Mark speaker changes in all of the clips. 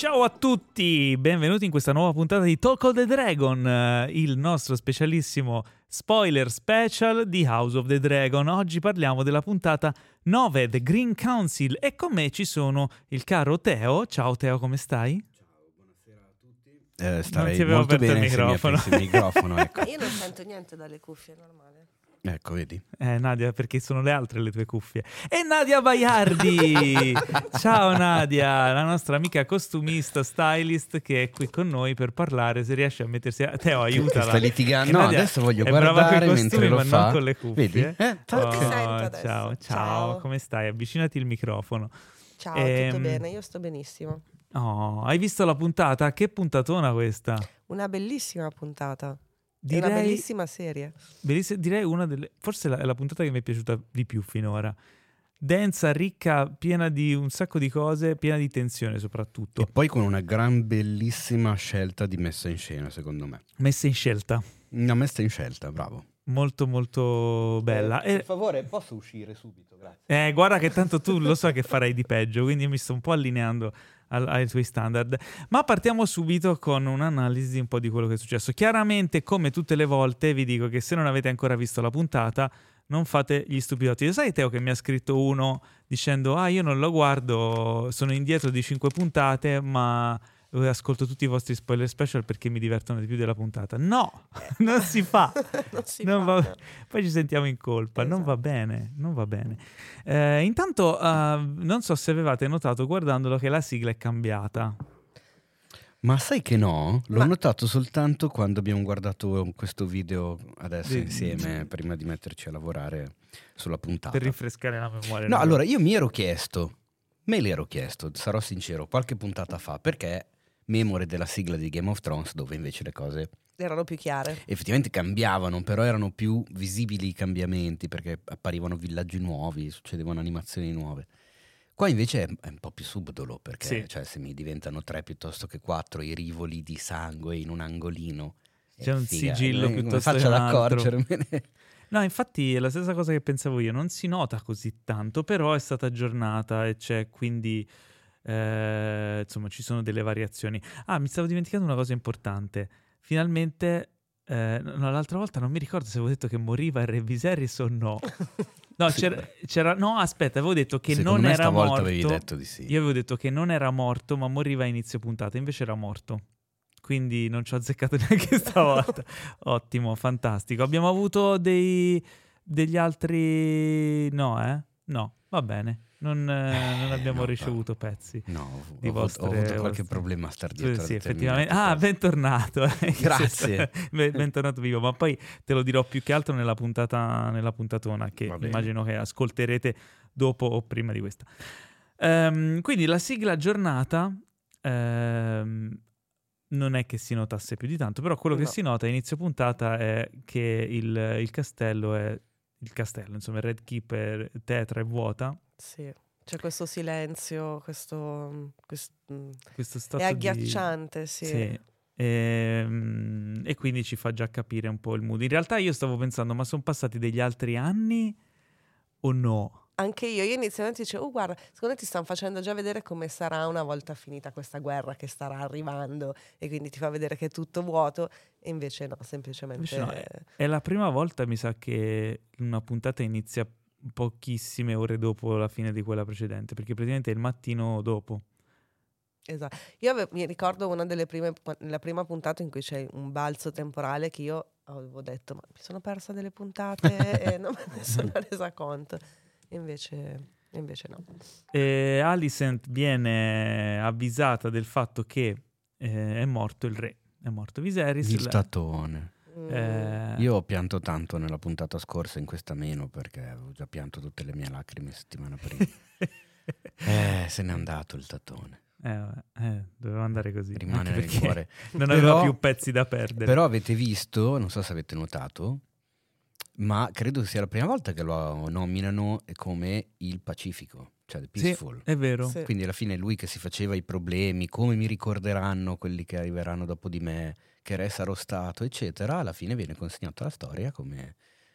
Speaker 1: Ciao a tutti, benvenuti in questa nuova puntata di Talk of the Dragon, il nostro specialissimo spoiler special di House of the Dragon. Oggi parliamo della puntata 9, The Green Council, e con me ci sono il caro Teo. Ciao Teo, come stai?
Speaker 2: Ciao, buonasera a tutti. Starei
Speaker 1: avevo
Speaker 2: molto
Speaker 1: aperto il
Speaker 2: bene se mi
Speaker 1: microfono.
Speaker 2: aprissi il microfono, ecco.
Speaker 3: Io non sento niente dalle cuffie, è normale.
Speaker 2: Ecco, vedi?
Speaker 1: Nadia, perché sono le altre le tue cuffie. E Nadia Baiardi! Ciao Nadia, la nostra amica costumista, stylist, che è qui con noi per parlare, se riesce a mettersi Teo, aiutala.
Speaker 2: Che stai litigando?
Speaker 1: Che
Speaker 2: No,
Speaker 1: Nadia
Speaker 2: adesso voglio
Speaker 1: è brava
Speaker 2: guardare
Speaker 1: coi costumi,
Speaker 2: mentre lo
Speaker 1: ma
Speaker 2: fa.
Speaker 1: non con le cuffie.
Speaker 2: Vedi?
Speaker 3: Ti sento adesso.
Speaker 1: Ciao,
Speaker 3: Ciao.
Speaker 1: come stai? Avvicinati il microfono.
Speaker 3: Ciao,
Speaker 1: Ehm,
Speaker 3: tutto bene? Io sto benissimo.
Speaker 1: Oh, hai visto la puntata? Che puntatona questa?
Speaker 3: Una bellissima puntata. È
Speaker 1: Direi,
Speaker 3: una bellissima serie.
Speaker 1: direi una delle, forse è la puntata che mi è piaciuta di più finora. Densa, ricca, piena di un sacco di cose, piena di tensione soprattutto.
Speaker 2: E poi con una gran bellissima scelta di messa in scena, secondo me.
Speaker 1: Messa in scelta.
Speaker 2: Una messa in scelta, bravo.
Speaker 1: Molto molto bella.
Speaker 2: Per favore, posso uscire subito? Grazie.
Speaker 1: Guarda che tanto tu lo so che farai di peggio, quindi mi sto un po' allineando ai tuoi standard. Ma partiamo subito con un'analisi un po' di quello che è successo. Chiaramente, come tutte le volte, vi dico che se non avete ancora visto la puntata, non fate gli stupidotti. Lo sai Teo che mi ha scritto uno dicendo io non lo guardo, sono indietro di 5 puntate, ma ascolto tutti i vostri spoiler special perché mi divertono di più della puntata. No, non si fa.
Speaker 3: Non fa.
Speaker 1: Poi ci sentiamo in colpa.
Speaker 3: Esatto.
Speaker 1: Non va bene, non va bene. Intanto non so se avevate notato guardandolo che la sigla è cambiata.
Speaker 2: Ma sai che no? L'ho
Speaker 3: Ma-
Speaker 2: notato soltanto quando abbiamo guardato questo video adesso
Speaker 1: Di-
Speaker 2: insieme, prima di metterci a lavorare sulla puntata.
Speaker 1: Per rinfrescare la memoria.
Speaker 2: No, allora io mi ero chiesto, sarò sincero, qualche puntata fa, perché memore della sigla di Game of Thrones, dove invece le cose
Speaker 3: Erano più chiare.
Speaker 2: effettivamente cambiavano, però erano più visibili i cambiamenti, perché apparivano villaggi nuovi, succedevano animazioni nuove. Qua invece è un po' più subdolo, perché
Speaker 1: Sì.
Speaker 2: cioè, se mi diventano 3 piuttosto che 4 i rivoli di sangue in un angolino,
Speaker 1: C'è un
Speaker 2: figa,
Speaker 1: sigillo
Speaker 2: come
Speaker 1: piuttosto
Speaker 2: faccio
Speaker 1: che
Speaker 2: ad
Speaker 1: un altro.
Speaker 2: accorgermene?
Speaker 1: No, infatti è la stessa cosa che pensavo io, non si nota così tanto, però è stata aggiornata e c'è quindi, insomma, ci sono delle variazioni. Mi stavo dimenticando una cosa importante. Finalmente, no, l'altra volta non mi ricordo se avevo detto che moriva il Re Viserys o no. No,
Speaker 2: Sì.
Speaker 1: no, aspetta, avevo detto che
Speaker 2: Secondo
Speaker 1: non
Speaker 2: me
Speaker 1: era
Speaker 2: stavolta
Speaker 1: morto.
Speaker 2: avevi detto di sì.
Speaker 1: Io avevo detto che non era morto, ma moriva a inizio puntata, invece era morto. Quindi non ci ho azzeccato neanche stavolta. Ottimo, fantastico. Abbiamo avuto degli altri... No, No, va bene. Non abbiamo
Speaker 2: no,
Speaker 1: ricevuto pezzi.
Speaker 2: No,
Speaker 1: di
Speaker 2: ho avuto qualche
Speaker 1: vostre-
Speaker 2: problema a star
Speaker 1: Sì,
Speaker 2: dietro.
Speaker 1: sì,
Speaker 2: a
Speaker 1: effettivamente.
Speaker 2: determinate cose.
Speaker 1: Bentornato.
Speaker 2: Grazie.
Speaker 1: Bentornato vivo, ma poi te lo dirò più che altro nella puntatona che
Speaker 2: Va bene.
Speaker 1: immagino che ascolterete dopo o prima di questa. Quindi la sigla aggiornata non è che si notasse più di tanto, però quello che
Speaker 3: No.
Speaker 1: si nota a inizio puntata è che il castello è il castello, insomma il Red Keeper Tetra è vuota.
Speaker 3: Sì. C'è questo silenzio, questo
Speaker 1: Questo stato
Speaker 3: è agghiacciante, sì.
Speaker 1: Sì. E quindi ci fa già capire un po' il mood. In realtà io stavo pensando, ma sono passati degli altri anni o no?
Speaker 3: Anche io inizialmente dicevo, guarda, secondo me ti stanno facendo già vedere come sarà una volta finita questa guerra che starà arrivando, e quindi ti fa vedere che è tutto vuoto, e invece no, semplicemente...
Speaker 1: Invece no, è la prima volta, mi sa, che una puntata inizia pochissime ore dopo la fine di quella precedente, perché praticamente è il mattino dopo.
Speaker 3: Esatto. Mi ricordo una delle la prima puntata in cui c'è un balzo temporale che io avevo detto, ma mi sono persa delle puntate e non me ne sono resa conto. Invece no.
Speaker 1: Alicent viene avvisata del fatto che è morto il re, è morto Viserys.
Speaker 2: Il tatone.
Speaker 3: Mm.
Speaker 2: Io ho pianto tanto nella puntata scorsa, in questa meno, perché avevo già pianto tutte le mie lacrime settimana prima. Se n'è andato il tatone.
Speaker 1: Doveva andare così.
Speaker 2: Rimane
Speaker 1: anche
Speaker 2: nel
Speaker 1: perché
Speaker 2: cuore.
Speaker 1: non
Speaker 2: Però-
Speaker 1: aveva più pezzi da perdere.
Speaker 2: Però avete visto, non so se avete notato, ma credo sia la prima volta che lo nominano come il Pacifico, cioè The
Speaker 1: Sì,
Speaker 2: Peaceful.
Speaker 1: è vero.
Speaker 3: Sì.
Speaker 2: Quindi alla fine è lui che si faceva i problemi, come mi ricorderanno quelli che arriveranno dopo di me, che re sarò stato, eccetera. Alla fine viene consegnata la storia come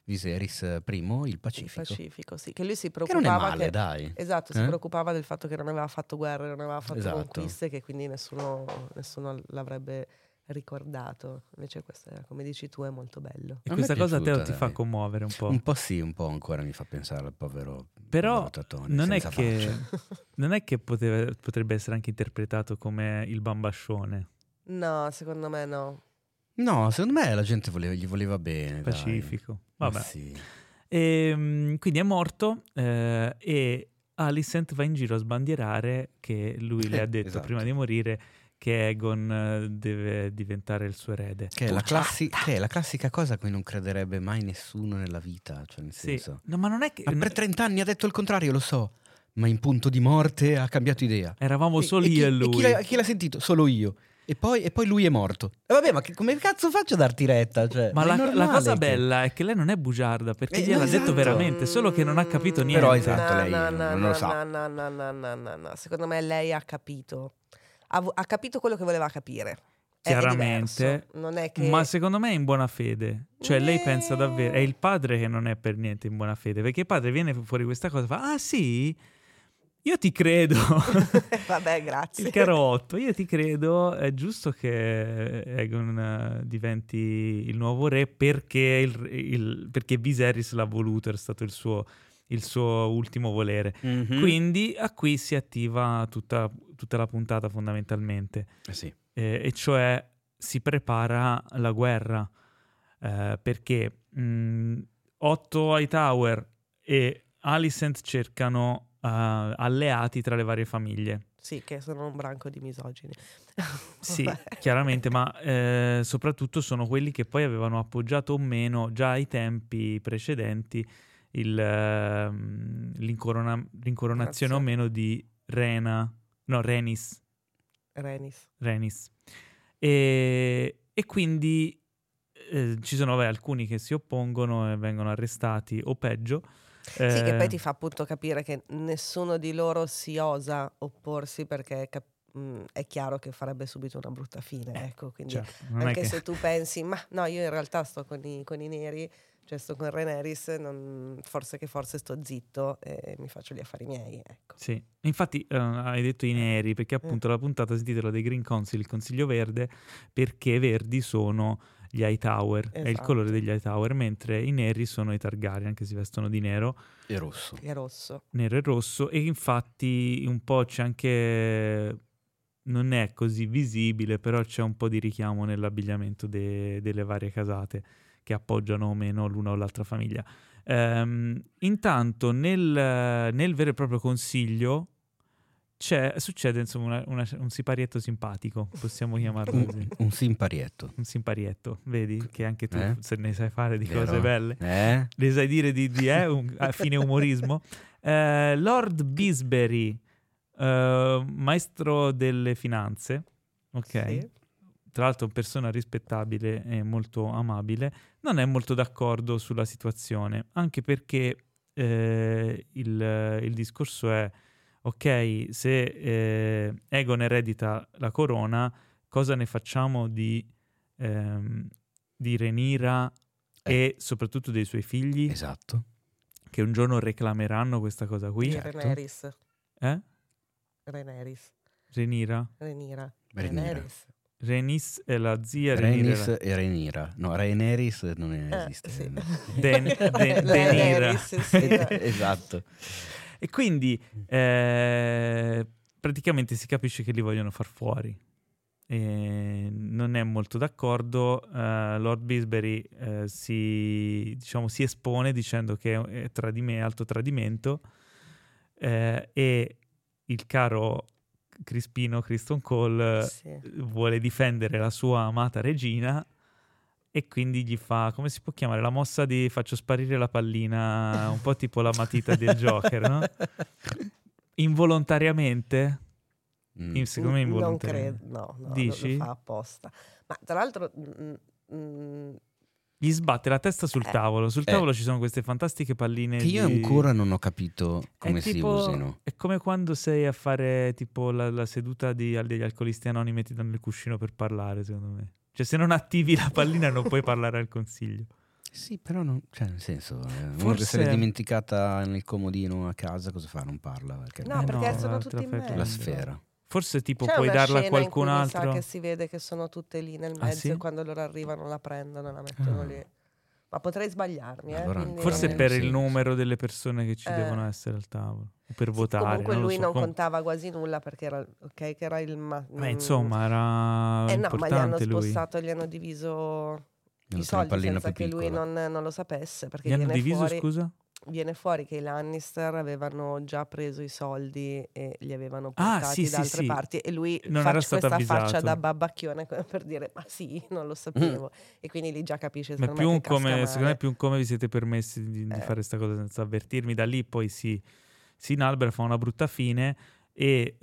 Speaker 2: Viserys primo, il Pacifico.
Speaker 3: Il Pacifico, sì, che lui si
Speaker 2: Che non
Speaker 3: preoccupava
Speaker 2: è male, dai.
Speaker 3: Esatto, si preoccupava del fatto che non aveva fatto guerre, non aveva fatto
Speaker 2: Esatto.
Speaker 3: conquiste, che quindi nessuno l'avrebbe ricordato. Invece questo, come dici tu, è molto bello.
Speaker 1: E
Speaker 2: A me
Speaker 1: questa
Speaker 2: è
Speaker 1: cosa a te
Speaker 2: piaciuta,
Speaker 1: ti fa
Speaker 2: dai.
Speaker 1: commuovere un po'.
Speaker 2: Un po' sì, un po' ancora mi fa pensare al povero
Speaker 1: Però
Speaker 2: Tatone,
Speaker 1: non è
Speaker 2: senza
Speaker 1: che,
Speaker 2: faccia.
Speaker 1: non è che potrebbe essere anche interpretato come il bambascione
Speaker 3: No, secondo me no.
Speaker 2: No, secondo me la gente gli voleva bene, dai.
Speaker 1: pacifico.
Speaker 2: Ma
Speaker 1: Vabbè.
Speaker 2: sì.
Speaker 1: Quindi è morto e Alicent va in giro a sbandierare che lui le ha detto
Speaker 2: Esatto.
Speaker 1: prima di morire che Aegon deve diventare il suo erede.
Speaker 2: Che è la classica cosa a cui non crederebbe mai nessuno nella vita, cioè nel
Speaker 1: Sì.
Speaker 2: senso.
Speaker 1: No, ma non è che
Speaker 2: Ma per 30 anni ha detto il contrario, lo so, ma in punto di morte ha cambiato idea.
Speaker 1: eravamo solo io e lui.
Speaker 2: Chi l'ha sentito? Solo io. E poi lui è morto. E vabbè, ma come cazzo faccio a darti retta? Cioè,
Speaker 1: Ma
Speaker 2: è
Speaker 1: la
Speaker 2: normale
Speaker 1: cosa
Speaker 2: che-
Speaker 1: bella è che lei non è bugiarda, perché
Speaker 2: No,
Speaker 1: gliel'ha
Speaker 2: esatto.
Speaker 1: detto veramente, solo che non ha capito niente.
Speaker 2: Però esatto, lei non lo sa.
Speaker 3: No. Secondo me lei ha capito. Ha capito quello che voleva capire. È
Speaker 1: Chiaramente,
Speaker 3: diverso. Non è che...
Speaker 1: ma secondo me è in buona fede. Cioè lei pensa davvero, è il padre che non è per niente in buona fede, perché il padre viene fuori questa cosa e fa: ah sì? Io ti credo.
Speaker 3: Vabbè, grazie.
Speaker 1: Il carotto, io ti credo, è giusto che Aegon diventi il nuovo re perché, perché Viserys l'ha voluto, era stato il suo ultimo volere.
Speaker 2: Mhm.
Speaker 1: Quindi a qui si attiva tutta la puntata fondamentalmente,
Speaker 2: Sì.
Speaker 1: e cioè si prepara la guerra, perché Otto Hightower e Alicent cercano alleati tra le varie famiglie.
Speaker 3: Sì, che sono un branco di misogini.
Speaker 1: Sì,
Speaker 3: Vabbè.
Speaker 1: chiaramente, ma soprattutto sono quelli che poi avevano appoggiato o meno già ai tempi precedenti l'incoronazione o meno di Rhaenys. E quindi ci sono alcuni che si oppongono e vengono arrestati o peggio.
Speaker 3: Sì, che poi ti fa appunto capire che nessuno di loro si osa opporsi perché è chiaro che farebbe subito una brutta fine, ecco, quindi
Speaker 1: certo, non è
Speaker 3: anche
Speaker 1: che-
Speaker 3: se tu pensi, ma no, io in realtà sto con i neri, cioè sto con Rhaenys, forse sto zitto e mi faccio gli affari miei, ecco.
Speaker 1: Sì, infatti hai detto i neri perché appunto la puntata si intitola The Green Council, il Consiglio Verde, perché verdi sono gli Hightower, è il
Speaker 3: Esatto.
Speaker 1: colore degli Hightower, mentre i neri sono i Targaryen, che si vestono di nero,
Speaker 2: E rosso.
Speaker 3: È rosso.
Speaker 1: nero e rosso, e infatti un po' c'è anche, non è così visibile, però c'è un po' di richiamo nell'abbigliamento delle varie casate che appoggiano o meno l'una o l'altra famiglia. Intanto nel vero e proprio consiglio succede insomma un siparietto simpatico, possiamo chiamarlo così.
Speaker 2: Un simparietto.
Speaker 1: Un simparietto, vedi che anche tu se ne sai fare di
Speaker 2: Vero?
Speaker 1: cose belle.
Speaker 2: Eh?
Speaker 1: Le sai dire a fine umorismo. Lord Bisbury, maestro delle finanze, ok?
Speaker 3: Sì.
Speaker 1: Tra l'altro persona rispettabile e molto amabile, non è molto d'accordo sulla situazione, anche perché il discorso è: ok, se Aegon eredita la corona, cosa ne facciamo di Rhaenyra e soprattutto dei suoi figli,
Speaker 2: Esatto.
Speaker 1: che un giorno reclameranno questa cosa qui?
Speaker 2: Certo.
Speaker 3: Rhaenys.
Speaker 1: Rhaenyra?
Speaker 3: Rhaenyra.
Speaker 2: Rhaenyra.
Speaker 3: Rhaenys.
Speaker 1: Rhaenys è la zia, Rhaenyra è
Speaker 2: Rhaenys e Rhaenyra. No, Rhaenerys non esiste.
Speaker 3: sì.
Speaker 1: Daenerys,
Speaker 3: Rhaenys, sì.
Speaker 2: Esatto.
Speaker 1: E quindi praticamente si capisce che li vogliono far fuori. E non è molto d'accordo. Lord Bisbury si espone dicendo che è alto tradimento, e il caro Crispino Criston Cole
Speaker 3: Sì.
Speaker 1: vuole difendere la sua amata regina, e quindi gli fa, come si può chiamare, la mossa di faccio sparire la pallina, un po' tipo la matita del Joker, no? Involontariamente. Secondo me
Speaker 3: Non
Speaker 1: involontariamente.
Speaker 3: credo, no,
Speaker 1: Dici?
Speaker 3: lo fa apposta. Ma tra l'altro
Speaker 1: Gli sbatte la testa sul tavolo. Sul tavolo ci sono queste fantastiche palline
Speaker 2: Che io ancora non ho capito come si usino.
Speaker 1: È come quando sei a fare tipo la seduta degli alcolisti anonimi e ti danno il cuscino per parlare, secondo me. Cioè, se non attivi la pallina non puoi parlare al consiglio.
Speaker 2: Sì, però non, cioè nel senso, uno
Speaker 1: Forse-
Speaker 2: che se l'è dimenticata nel comodino a casa, cosa fa? Non parla perché
Speaker 3: No, perché
Speaker 1: no,
Speaker 3: sono
Speaker 1: te
Speaker 3: tutti
Speaker 1: la
Speaker 3: in
Speaker 1: fai
Speaker 3: mezzo.
Speaker 2: la
Speaker 1: prendere.
Speaker 2: sfera.
Speaker 1: Forse tipo
Speaker 3: C'è
Speaker 1: puoi
Speaker 3: una
Speaker 1: darla a
Speaker 3: scena in
Speaker 1: qualcun
Speaker 3: cui mi sa
Speaker 1: altro.
Speaker 3: che si vede che sono tutte lì nel
Speaker 1: Ah,
Speaker 3: mezzo
Speaker 1: sì?
Speaker 3: e quando loro arrivano la prendono e la mettono
Speaker 2: Ah.
Speaker 3: lì. Ma potrei sbagliarmi,
Speaker 2: Allora
Speaker 3: quindi...
Speaker 1: Forse
Speaker 2: ancora
Speaker 1: per
Speaker 2: meno
Speaker 1: il
Speaker 2: senso.
Speaker 1: numero delle persone che ci
Speaker 3: Eh.
Speaker 1: devono essere al tavolo. O per
Speaker 3: Sì,
Speaker 1: votare.
Speaker 3: comunque
Speaker 1: non lo
Speaker 3: lui
Speaker 1: so.
Speaker 3: non contava quasi nulla perché era, ok, che era il...
Speaker 1: Insomma, era
Speaker 3: no, ma gli hanno
Speaker 1: importante lui.
Speaker 3: spostato, gli hanno diviso
Speaker 2: Hanno
Speaker 3: i soldi
Speaker 2: pallino
Speaker 3: senza
Speaker 2: più
Speaker 3: che lui
Speaker 2: piccolo.
Speaker 3: non lo sapesse, perché
Speaker 1: Gli hanno
Speaker 3: viene
Speaker 1: diviso,
Speaker 3: fuori...
Speaker 1: scusa?
Speaker 3: Viene fuori che i Lannister avevano già preso i soldi e li avevano
Speaker 1: Ah,
Speaker 3: portati
Speaker 1: sì,
Speaker 3: da
Speaker 1: sì,
Speaker 3: altre
Speaker 1: sì.
Speaker 3: parti e lui
Speaker 1: Non era stato
Speaker 3: questa faccia
Speaker 1: avvisato.
Speaker 3: da babbacchione come per dire ma sì, non lo sapevo. E quindi lì già capisce
Speaker 1: Ma è
Speaker 3: secondo
Speaker 1: più
Speaker 3: me
Speaker 1: un
Speaker 3: che casca
Speaker 1: come, secondo me è
Speaker 3: male.
Speaker 1: più un come vi siete permessi di fare questa cosa senza avvertirmi. Da lì poi si inalbera, fa una brutta fine e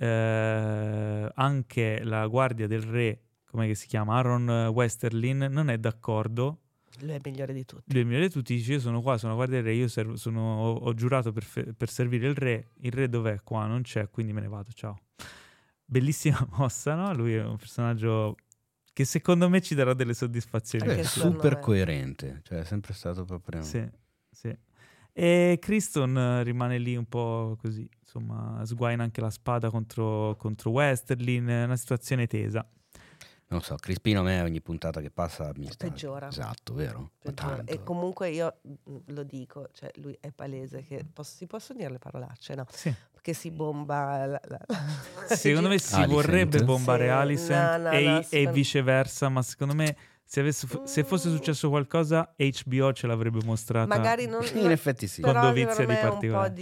Speaker 1: anche la guardia del re, come che si chiama, Aaron Westerlin, non è d'accordo.
Speaker 3: Lui è il migliore di tutti.
Speaker 1: Lui è il migliore di tutti, dice io sono qua, sono la guardia del re, io ho giurato per servire il re dov'è? Qua non c'è, quindi me ne vado, ciao. Bellissima mossa, no? Lui è un personaggio che secondo me ci darà delle soddisfazioni.
Speaker 3: Anche
Speaker 2: È
Speaker 3: secondo
Speaker 2: super
Speaker 3: me.
Speaker 2: coerente, cioè è sempre stato proprio...
Speaker 1: Sì, sì. E Criston rimane lì un po' così, insomma, sguaina anche la spada contro Westerlin, è una situazione tesa.
Speaker 2: Non so, Crispino a me ogni puntata che passa mi sta...
Speaker 3: Peggiora.
Speaker 2: Esatto, vero? Ma
Speaker 3: Peggiora.
Speaker 2: tanto.
Speaker 3: E comunque io lo dico, cioè lui è palese che si possono dire le parolacce, no?
Speaker 1: Sì.
Speaker 3: Che si bomba
Speaker 1: Secondo me si
Speaker 2: Alicent.
Speaker 1: vorrebbe bombare
Speaker 3: Sì,
Speaker 1: Alicent
Speaker 3: no,
Speaker 1: e
Speaker 3: secondo-
Speaker 1: viceversa, ma secondo me se fosse successo qualcosa HBO ce l'avrebbe mostrata.
Speaker 3: magari non,
Speaker 2: In effetti sì.
Speaker 1: Con
Speaker 3: però
Speaker 1: dovizia
Speaker 3: secondo
Speaker 1: di
Speaker 3: me è un po'
Speaker 1: particolari.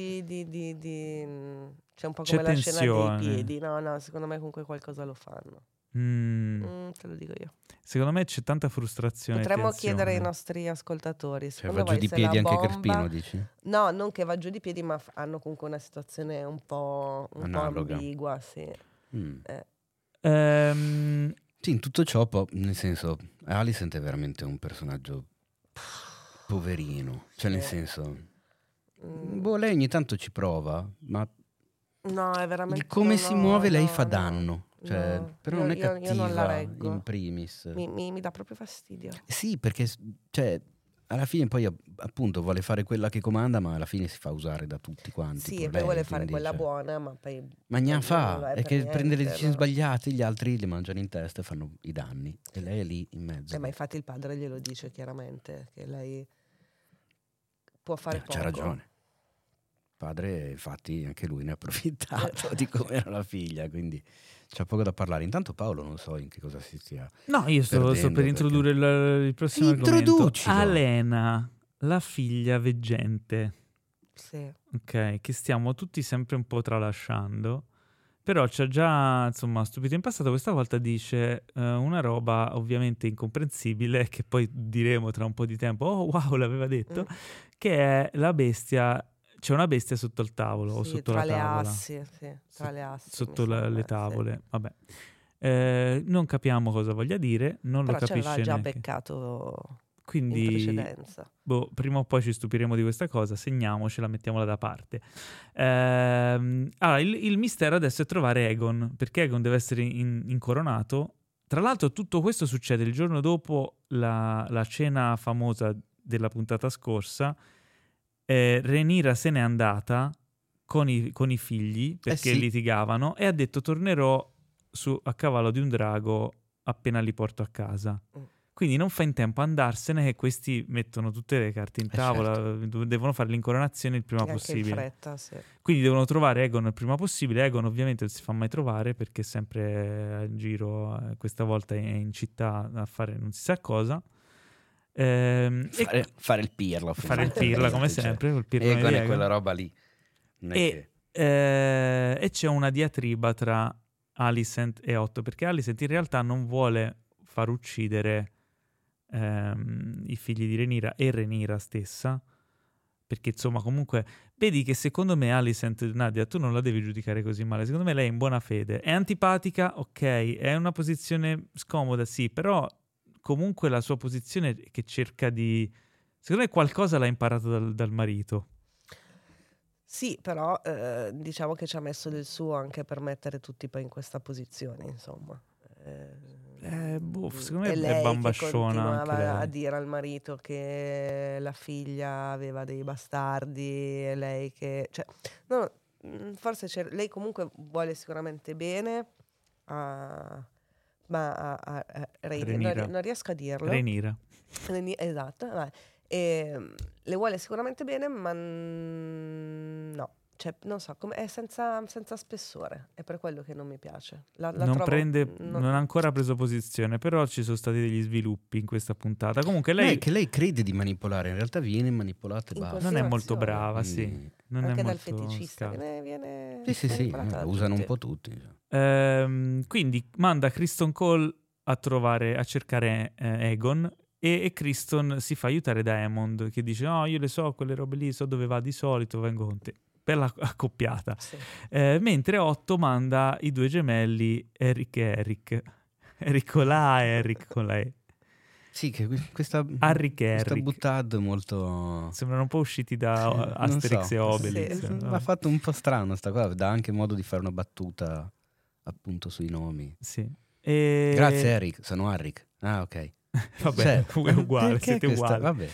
Speaker 3: c'è un po'
Speaker 1: C'è
Speaker 3: come la scena
Speaker 1: tensione.
Speaker 3: dei piedi, no, secondo me comunque qualcosa lo fanno. Te lo dico io.
Speaker 1: Secondo me c'è tanta frustrazione e
Speaker 3: Potremmo
Speaker 1: tensione.
Speaker 3: chiedere ai nostri ascoltatori,
Speaker 2: Cioè
Speaker 3: secondo
Speaker 2: va giù
Speaker 3: voi
Speaker 2: di
Speaker 3: se
Speaker 2: piedi
Speaker 3: la
Speaker 2: anche
Speaker 3: bomba...
Speaker 2: Crispino, dici?
Speaker 3: No, non che va giù di piedi, ma hanno comunque una situazione un po'
Speaker 2: Analoga.
Speaker 3: ambigua, sì.
Speaker 2: Mm.
Speaker 1: Ehm,
Speaker 2: Sì, in tutto ciò, nel senso, Alicent è veramente un personaggio poverino. Cioè, nel senso, boh, lei ogni tanto ci prova, ma
Speaker 3: No, è veramente...
Speaker 2: il come si muove lei fa
Speaker 3: no.
Speaker 2: danno. Cioè,
Speaker 3: No.
Speaker 2: però non è
Speaker 3: Io non la
Speaker 2: cattiva
Speaker 3: reggo.
Speaker 2: in primis.
Speaker 3: Mi dà proprio fastidio.
Speaker 2: Sì, perché cioè, alla fine poi appunto vuole fare quella che comanda, ma alla fine si fa usare da tutti quanti.
Speaker 3: Sì,
Speaker 2: tipo
Speaker 3: e poi
Speaker 2: lei,
Speaker 3: vuole fare
Speaker 2: quindi,
Speaker 3: quella
Speaker 2: cioè,
Speaker 3: buona, ma poi...
Speaker 2: ma gnà
Speaker 3: non
Speaker 2: fa,
Speaker 3: va
Speaker 2: è
Speaker 3: per
Speaker 2: che
Speaker 3: niente,
Speaker 2: prende le decisioni
Speaker 3: no.
Speaker 2: sbagliate, gli altri le mangiano in testa e fanno i danni. E lei è lì in mezzo.
Speaker 3: Ma infatti il padre glielo dice chiaramente, che lei può fare poco.
Speaker 2: C'ha ragione. Padre, infatti, anche lui ne ha approfittato di come era la figlia, quindi c'è poco da parlare. Intanto Paolo non so in che cosa si stia.
Speaker 1: no, io sto
Speaker 2: perdendo,
Speaker 1: per introdurre il prossimo argomento.
Speaker 2: Introducilo.
Speaker 1: Alena, la figlia veggente,
Speaker 3: Sì.
Speaker 1: ok, che stiamo tutti sempre un po' tralasciando, però ci ha già, insomma, stupito in passato. Questa volta dice una roba ovviamente incomprensibile, che poi diremo tra un po' di tempo, oh wow, l'aveva detto, che è la bestia. C'è una bestia sotto il tavolo o
Speaker 3: Sì,
Speaker 1: sotto
Speaker 3: tra
Speaker 1: la
Speaker 3: le
Speaker 1: tavola.
Speaker 3: assi, sì, tra le assi.
Speaker 1: Sotto
Speaker 3: mi
Speaker 1: le
Speaker 3: sembra,
Speaker 1: tavole,
Speaker 3: sì.
Speaker 1: vabbè. Non capiamo cosa voglia dire, non
Speaker 3: Però
Speaker 1: lo
Speaker 3: ci aveva
Speaker 1: capisce
Speaker 3: già
Speaker 1: neanche.
Speaker 3: beccato in
Speaker 1: Quindi,
Speaker 3: precedenza.
Speaker 1: prima o poi ci stupiremo di questa cosa, segniamocela, mettiamola da parte. Allora, il mistero adesso è trovare Aegon, perché Aegon deve essere incoronato. Tra l'altro tutto questo succede il giorno dopo la cena famosa della puntata scorsa. Rhaenyra se n'è andata con i figli perché
Speaker 2: sì.
Speaker 1: litigavano e ha detto tornerò a cavallo di un drago appena li porto a casa. Quindi non fa in tempo a andarsene e questi mettono tutte le carte in tavola,
Speaker 2: certo.
Speaker 1: Devono fare l'incoronazione il prima
Speaker 3: Anche
Speaker 1: possibile.
Speaker 3: in fretta, sì.
Speaker 1: Quindi devono trovare Aegon il prima possibile. Aegon ovviamente non si fa mai trovare perché è sempre in giro, questa volta è in città a fare non si sa cosa.
Speaker 2: Fare il pirla.
Speaker 1: Fare il pirla come sempre, col pirlone
Speaker 2: Egon
Speaker 1: di
Speaker 2: è
Speaker 1: Aegon.
Speaker 2: quella roba lì. Non è
Speaker 1: E c'è una diatriba tra Alicent e Otto, perché Alicent in realtà non vuole far uccidere i figli di Rhaenyra e Rhaenyra stessa, perché insomma comunque vedi che secondo me Alicent, Nadia, tu non la devi giudicare così male, secondo me lei è in buona fede, è antipatica, ok, è una posizione scomoda, sì, però comunque la sua posizione che cerca di... secondo me qualcosa l'ha imparato dal marito.
Speaker 3: Sì, però diciamo che ci ha messo del suo anche per mettere tutti poi in questa posizione, insomma.
Speaker 1: secondo me
Speaker 3: E lei
Speaker 1: è bambasciona
Speaker 3: che continuava
Speaker 1: anche
Speaker 3: a
Speaker 1: lei.
Speaker 3: dire al marito che la figlia aveva dei bastardi e lei che... Cioè, no, forse lei comunque vuole sicuramente bene ma a
Speaker 1: Rhaenyra.
Speaker 3: non riesco a dirlo.
Speaker 1: Rhaenyra.
Speaker 3: Esatto, vai. Le vuole sicuramente bene, ma no, cioè, non so, è senza spessore, è per quello che non mi piace. La
Speaker 1: Non
Speaker 3: trovo,
Speaker 1: non ha ancora preso posizione, però ci sono stati degli sviluppi in questa puntata. Comunque
Speaker 2: No,
Speaker 1: lei
Speaker 2: è che lei crede di manipolare, in realtà viene manipolata e
Speaker 3: In
Speaker 2: basta.
Speaker 1: non è molto
Speaker 3: continuazione.
Speaker 1: brava, sì.
Speaker 2: Quindi-
Speaker 1: Non
Speaker 3: anche
Speaker 1: è
Speaker 3: dal
Speaker 1: molto
Speaker 3: feticista,
Speaker 1: scarsa.
Speaker 3: viene
Speaker 2: Sì,
Speaker 3: manipolata da
Speaker 2: usano un
Speaker 3: tutti.
Speaker 2: po' tutti. Insomma.
Speaker 1: Quindi manda Criston Cole a cercare Aegon e Criston si fa aiutare da Aemond che dice no, io le so quelle robe lì, so dove va di solito, vengo con te. Per la accoppiata.
Speaker 3: Sì.
Speaker 1: Mentre Otto manda i due gemelli Eric e Eric. Eric con la A e Eric con la E.
Speaker 2: Sì, che questa
Speaker 1: Harry
Speaker 2: buttad molto...
Speaker 1: sembrano un po' usciti da
Speaker 2: Non
Speaker 1: Asterix
Speaker 2: so,
Speaker 1: e Obelix.
Speaker 3: Sì.
Speaker 2: Mi ha fatto un po' strano sta cosa, dà anche modo di fare una battuta appunto sui nomi.
Speaker 1: Sì.
Speaker 2: Grazie Eric, sono Harrick. Ah, ok.
Speaker 1: Vabbè,
Speaker 2: Cioè,
Speaker 1: è uguale,
Speaker 2: perché
Speaker 1: siete
Speaker 2: questa-
Speaker 1: uguali.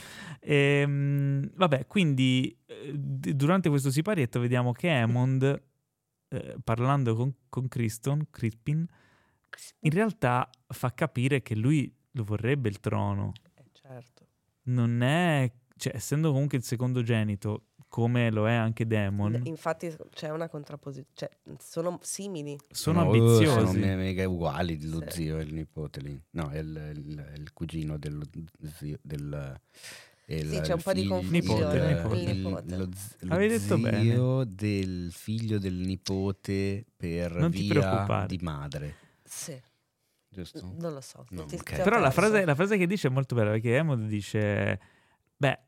Speaker 2: Vabbè.
Speaker 1: Quindi durante questo siparietto vediamo che Aemond, parlando con Crispin, in realtà fa capire che lui lo vorrebbe il trono.
Speaker 3: Certo.
Speaker 1: Non è... Cioè, essendo comunque il secondogenito, come lo è anche Daemon,
Speaker 3: Infatti c'è una contrapposizione, cioè, sono simili.
Speaker 1: sono
Speaker 2: Sono
Speaker 1: ambiziosi.
Speaker 2: mega uguali, lo
Speaker 3: Sì.
Speaker 2: zio e il nipote lì. No, è il cugino dello zio,
Speaker 3: Sì, c'è un po' di
Speaker 1: confusione.
Speaker 3: Nipote.
Speaker 2: Lo
Speaker 1: Avevi detto
Speaker 2: zio del figlio del nipote per
Speaker 1: Non ti
Speaker 2: via
Speaker 1: preoccupare.
Speaker 2: di madre,
Speaker 3: Sì,
Speaker 2: giusto?
Speaker 3: non lo so.
Speaker 2: No, ok.
Speaker 3: ti ho
Speaker 1: Però la
Speaker 3: perso.
Speaker 1: frase che dice è molto bella, perché Aemond dice, beh,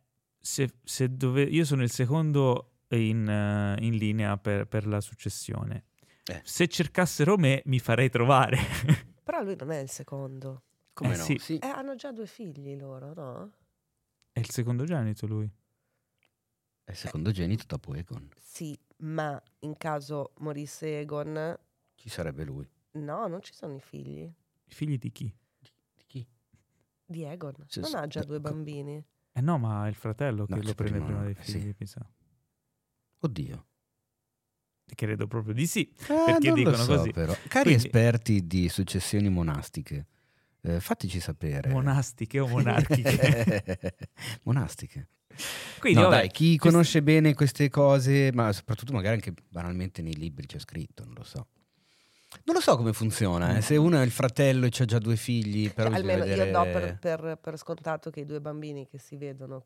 Speaker 1: io sono il secondo in linea per la successione. Se cercassero me, mi farei trovare.
Speaker 3: Però lui non è il secondo.
Speaker 2: Come no?
Speaker 1: sì.
Speaker 2: Sì.
Speaker 3: Hanno già 2 figli loro, no?
Speaker 1: È il secondogenito lui.
Speaker 2: È il secondogenito dopo Egon.
Speaker 3: Sì, ma in caso morisse Egon,
Speaker 2: Ci sarebbe lui.
Speaker 3: no, non ci sono i figli.
Speaker 1: I figli di chi?
Speaker 2: Di chi?
Speaker 3: Di Egon.
Speaker 2: Sì,
Speaker 3: Non
Speaker 2: sì,
Speaker 3: ha già
Speaker 2: no,
Speaker 3: 2 bambini.
Speaker 1: No, ma è il fratello che
Speaker 2: No,
Speaker 1: lo
Speaker 2: c'è
Speaker 1: prende
Speaker 2: prima,
Speaker 1: prima dei
Speaker 2: sì.
Speaker 1: figli, mi sa.
Speaker 2: Oddio.
Speaker 1: Credo proprio di sì. Perché
Speaker 2: non
Speaker 1: dicono
Speaker 2: lo so,
Speaker 1: così.
Speaker 2: però. Cari
Speaker 1: Quindi-
Speaker 2: esperti di successioni monastiche, fateci sapere.
Speaker 1: Monastiche o monarchiche.
Speaker 2: Monastiche.
Speaker 1: Quindi,
Speaker 2: No,
Speaker 1: vabbè,
Speaker 2: dai, chi conosce bene queste cose, ma soprattutto magari anche banalmente nei libri c'è scritto, non lo so. Non lo so come funziona, se uno è il fratello e c'ha già 2 figli, però bisogna
Speaker 3: Almeno io do
Speaker 2: vedere...
Speaker 3: per scontato che i 2 bambini che si vedono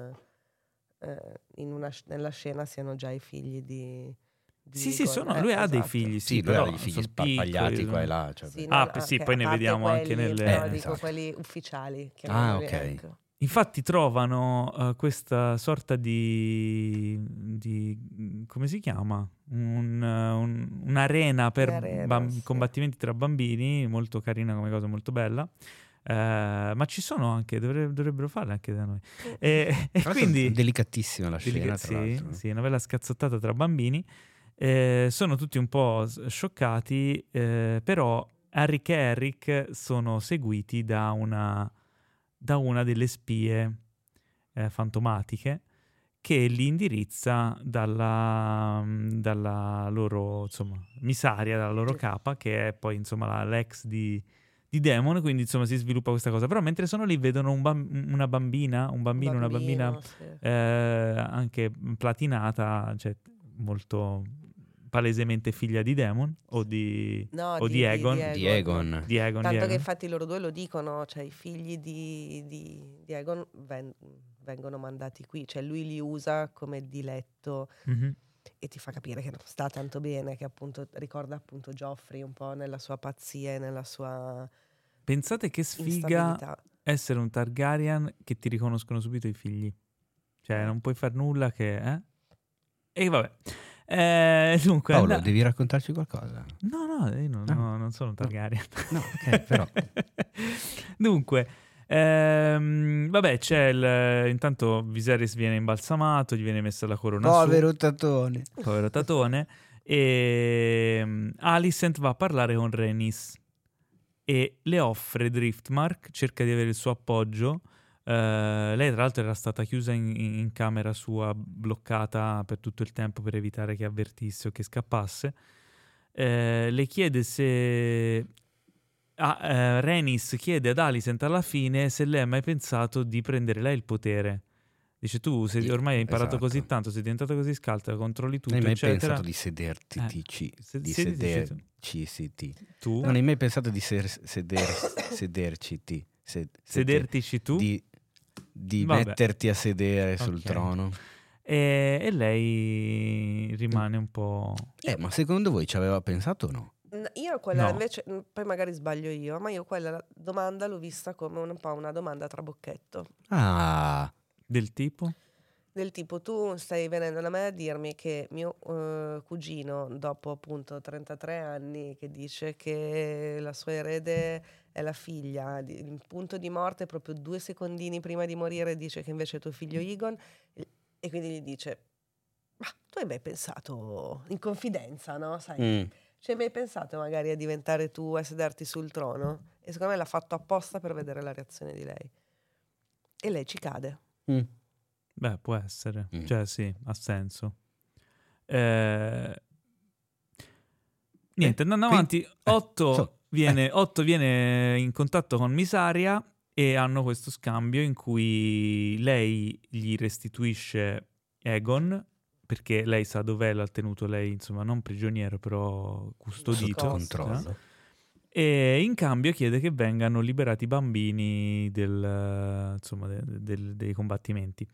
Speaker 3: nella scena siano già i figli di
Speaker 1: Sì,
Speaker 3: Egon.
Speaker 1: lui ha dei
Speaker 3: Esatto.
Speaker 1: figli,
Speaker 2: Sì, lui
Speaker 1: però
Speaker 2: ha dei figli
Speaker 1: sono
Speaker 2: sparpagliati
Speaker 1: piccoli,
Speaker 2: qua e là. Cioè,
Speaker 3: Sì,
Speaker 1: sì,
Speaker 3: ok,
Speaker 1: poi
Speaker 3: a
Speaker 1: ne
Speaker 3: parte
Speaker 1: vediamo anche
Speaker 3: quelli,
Speaker 1: nelle...
Speaker 3: però dico
Speaker 2: esatto.
Speaker 3: quelli ufficiali.
Speaker 2: Ah, ok.
Speaker 3: Ecco.
Speaker 1: Infatti trovano questa sorta di come si chiama? Un'arena per
Speaker 3: Un'arena, sì.
Speaker 1: combattimenti tra bambini, molto carina come cosa, molto bella. Ma ci sono anche, dovrebbero farle anche da noi. E
Speaker 2: Tra l'altro
Speaker 1: quindi
Speaker 2: delicatissima la scena, tra
Speaker 1: sì,
Speaker 2: l'altro.
Speaker 1: sì, una bella scazzottata tra bambini. Sono tutti un po' scioccati, però Harrick e Eric sono seguiti da una delle spie fantomatiche che li indirizza dalla loro, insomma, missaria, dalla loro capa, che è poi, insomma, l'ex di Daemon, quindi, insomma, si sviluppa questa cosa. Però mentre sono lì vedono una bambina, una bambina
Speaker 3: Sì.
Speaker 1: anche platinata, cioè molto palesemente figlia di Daemon o di Aegon.
Speaker 2: Di Egon.
Speaker 1: Di Aegon,
Speaker 3: Tanto
Speaker 1: di
Speaker 3: che
Speaker 1: Aegon.
Speaker 3: infatti loro due lo dicono, cioè i figli di Egon vengono mandati qui, cioè lui li usa come diletto
Speaker 1: Mhm.
Speaker 3: e ti fa capire che non sta tanto bene, che appunto ricorda appunto Joffrey un po' nella sua pazzia e nella sua
Speaker 1: Pensate che sfiga
Speaker 3: instabilità.
Speaker 1: essere un Targaryen che ti riconoscono subito i figli. Cioè, non puoi far nulla che... E vabbè. Dunque...
Speaker 2: Paolo, devi raccontarci qualcosa?
Speaker 1: No, io non sono un Targaryen.
Speaker 2: No, ok, però...
Speaker 1: Dunque, vabbè, c'è intanto Viserys viene imbalsamato, gli viene messa la corona
Speaker 2: Povero Tatone.
Speaker 1: Povero Tatone. E Alicent va a parlare con Rhaenys. e le offre Driftmark, cerca di avere il suo appoggio. Lei tra l'altro era stata chiusa in camera sua, bloccata per tutto il tempo per evitare che avvertisse o che scappasse. Le chiede se... Rhaenys chiede ad Alicent alla fine se lei ha mai pensato di prendere lei il potere. Dice, tu ormai hai imparato
Speaker 2: esatto.
Speaker 1: così tanto, sei diventato così scaltra, controlli tutto,
Speaker 2: Non hai mai
Speaker 1: eccetera.
Speaker 2: pensato di sederti,
Speaker 1: Tu?
Speaker 2: Non hai mai pensato di sederci,
Speaker 1: Sedertici tu?
Speaker 2: di
Speaker 1: Vabbè.
Speaker 2: metterti a sedere sul
Speaker 1: Ok.
Speaker 2: trono?
Speaker 1: E lei rimane un po'...
Speaker 2: Ma secondo voi ci aveva pensato o no?
Speaker 3: Io quella
Speaker 1: No.
Speaker 3: invece, poi magari sbaglio io, ma io quella domanda l'ho vista come un po' una domanda a trabocchetto.
Speaker 2: Ah,
Speaker 1: Del tipo?
Speaker 3: Del tipo, tu stai venendo da me a dirmi che mio cugino, dopo appunto 33 anni, che dice che la sua erede è la figlia, il punto di morte proprio 2 secondini prima di morire dice che invece è tuo figlio Egon, e quindi gli dice, ma tu hai mai pensato, in confidenza, no? Sai, ci hai mai pensato magari a diventare tu, a sederti sul trono? E secondo me l'ha fatto apposta per vedere la reazione di lei. E lei ci cade.
Speaker 1: Beh, può essere.
Speaker 2: Mm.
Speaker 1: Cioè, sì, ha senso. Niente, andando avanti, Otto viene in contatto con Mysaria e hanno questo scambio in cui lei gli restituisce Aegon, perché lei sa dov'è, l'ha tenuto lei, insomma, non prigioniero, però custodito.
Speaker 2: sotto controllo.
Speaker 1: E in cambio chiede che vengano liberati i bambini dei combattimenti.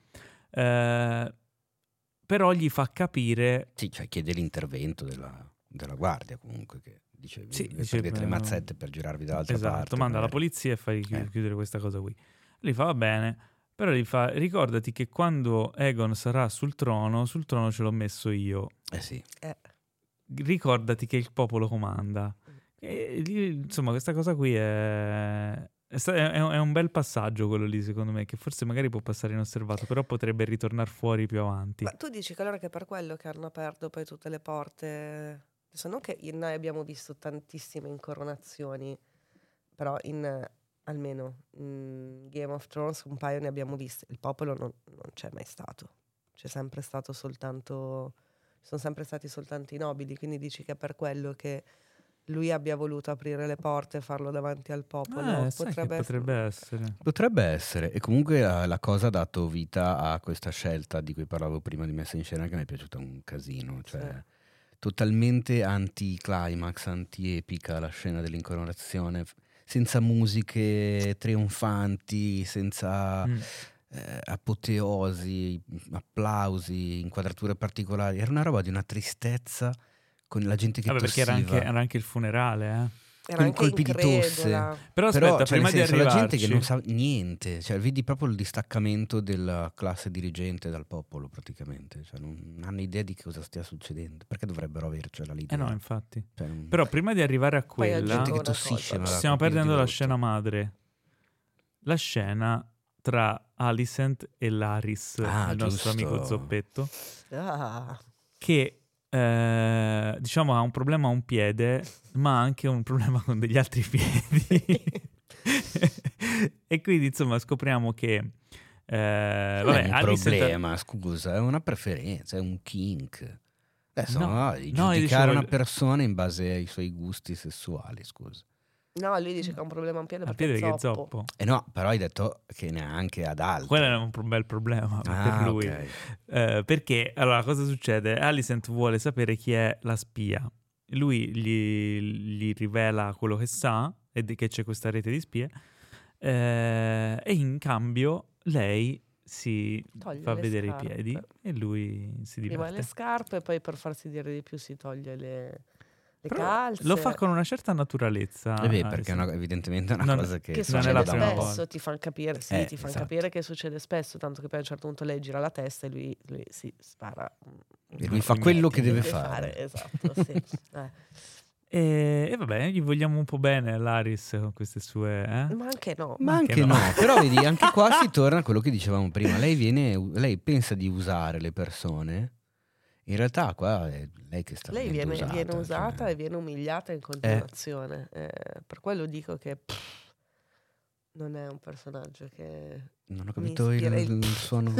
Speaker 1: Però gli fa capire...
Speaker 2: Sì, cioè chiede l'intervento della guardia comunque, che dice,
Speaker 1: Sì,
Speaker 2: vi
Speaker 1: dice,
Speaker 2: prendete le mazzette per girarvi dall'altra
Speaker 1: esatto,
Speaker 2: parte.
Speaker 1: manda la
Speaker 2: magari.
Speaker 1: polizia e fai chiudere questa cosa qui. Gli fa, va bene, però gli fa, ricordati che quando Aegon sarà sul trono ce l'ho messo io.
Speaker 2: Sì.
Speaker 1: Ricordati che il popolo comanda. E, insomma, questa cosa qui è un bel passaggio quello lì, secondo me, che forse magari può passare inosservato, però potrebbe ritornare fuori più avanti.
Speaker 3: Ma tu dici che allora che è per quello che hanno aperto poi tutte le porte? Adesso non che noi abbiamo visto tantissime incoronazioni, però almeno in Game of Thrones un paio ne abbiamo viste. Il popolo non c'è mai stato. C'è sempre stato soltanto... Sono sempre stati soltanto i nobili, quindi dici che è per quello che lui abbia voluto aprire le porte e farlo davanti al popolo.
Speaker 1: Sai che potrebbe essere.
Speaker 2: Potrebbe essere, e comunque la cosa ha dato vita a questa scelta di cui parlavo prima di messa in scena, che mi è piaciuta un casino, cioè totalmente anti-climax, anti-epica la scena dell'incoronazione, senza musiche trionfanti, senza apoteosi, applausi, inquadrature particolari, era una roba di una tristezza con la gente che tossiva.
Speaker 1: Perché era anche il funerale,
Speaker 3: Era anche
Speaker 2: colpi di tosse.
Speaker 3: incredula.
Speaker 1: Però aspetta,
Speaker 2: cioè,
Speaker 1: prima di
Speaker 2: nel senso, la gente
Speaker 1: arrivarci,
Speaker 2: che non sa niente, cioè vedi proprio il distaccamento della classe dirigente dal popolo praticamente, cioè, non hanno idea di cosa stia succedendo, perché dovrebbero avercela l'idea.
Speaker 1: no, infatti.
Speaker 2: Cioè,
Speaker 1: Però prima di arrivare a
Speaker 3: Poi
Speaker 1: quella,
Speaker 3: aggiungo
Speaker 2: gente che
Speaker 3: una
Speaker 2: tossisce,
Speaker 3: cosa.
Speaker 2: ma
Speaker 1: stiamo
Speaker 2: colpire
Speaker 1: perdendo
Speaker 2: di
Speaker 1: la
Speaker 2: brutto.
Speaker 1: scena madre. La scena tra Alicent e Laris, il nostro
Speaker 2: giusto.
Speaker 1: amico Zoppetto,
Speaker 3: Ah,
Speaker 1: che diciamo ha un problema a un piede, ma anche un problema con degli altri piedi. E quindi insomma scopriamo che
Speaker 2: Non è
Speaker 1: vabbè,
Speaker 2: un
Speaker 1: Alicent...
Speaker 2: problema, scusa, è una preferenza, è un kink. Adesso
Speaker 1: No,
Speaker 2: di
Speaker 1: no, io
Speaker 2: giudicare
Speaker 1: dicevo
Speaker 2: una
Speaker 1: il-
Speaker 2: persona in base ai suoi gusti sessuali, scusa.
Speaker 3: no, lui dice che ha un problema a un piede
Speaker 1: al
Speaker 3: perché
Speaker 1: piede
Speaker 3: è
Speaker 1: che è
Speaker 3: zoppo.
Speaker 1: zoppo.
Speaker 2: No, però hai detto che neanche ad altri.
Speaker 1: Quello è un bel problema per lui.
Speaker 2: Ok.
Speaker 1: Perché, allora, cosa succede? Alicent vuole sapere chi è la spia. Lui gli rivela quello che sa, e che c'è questa rete di spie, e in cambio lei si
Speaker 3: Toglie
Speaker 1: fa
Speaker 3: le
Speaker 1: vedere
Speaker 3: scarpe.
Speaker 1: i piedi e lui si
Speaker 3: Prima
Speaker 1: diverte.
Speaker 3: le scarpe, poi per farsi dire di più si toglie le
Speaker 1: Però
Speaker 3: calze.
Speaker 1: lo fa con una certa naturalezza.
Speaker 2: Perché
Speaker 1: Alicent.
Speaker 2: evidentemente è una
Speaker 1: Non-
Speaker 2: cosa che
Speaker 3: che
Speaker 1: non è
Speaker 3: succede
Speaker 1: la prima
Speaker 3: spesso,
Speaker 1: volta.
Speaker 3: ti fanno capire, sì, ti fanno
Speaker 2: esatto.
Speaker 3: capire che succede spesso, tanto che poi a un certo punto lei gira la testa e lui si spara.
Speaker 2: E lui fa quello che deve
Speaker 3: fare.
Speaker 2: fare.
Speaker 3: Esatto, sì.
Speaker 1: E vabbè, gli vogliamo un po' bene a Laris con queste sue...
Speaker 3: Ma anche no.
Speaker 2: Ma
Speaker 1: Anche
Speaker 2: anche
Speaker 1: no.
Speaker 2: no, però vedi, anche qua si torna a quello che dicevamo prima. Lei pensa di usare le persone In realtà qua è lei che sta
Speaker 3: Lei
Speaker 2: venendo
Speaker 3: viene usata
Speaker 2: cioè.
Speaker 3: e viene umiliata in continuazione. Per quello dico che non è un personaggio che
Speaker 2: Non ho
Speaker 3: mi
Speaker 2: capito
Speaker 3: ispira
Speaker 2: il suono.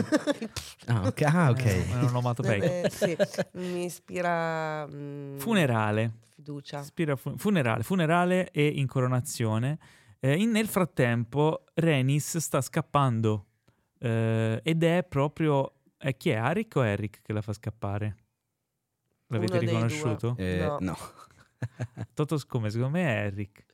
Speaker 2: Ok.
Speaker 1: È un'onomatopeica.
Speaker 3: Sì, mi ispira
Speaker 1: Funerale.
Speaker 3: fiducia.
Speaker 1: Funerale e incoronazione. Nel frattempo Rhaenys sta scappando ed è proprio chi è, Arik o Eric che la fa scappare? L'avete
Speaker 3: Uno dei due.
Speaker 1: riconosciuto?
Speaker 2: No.
Speaker 1: Toto come? Secondo me è Eric.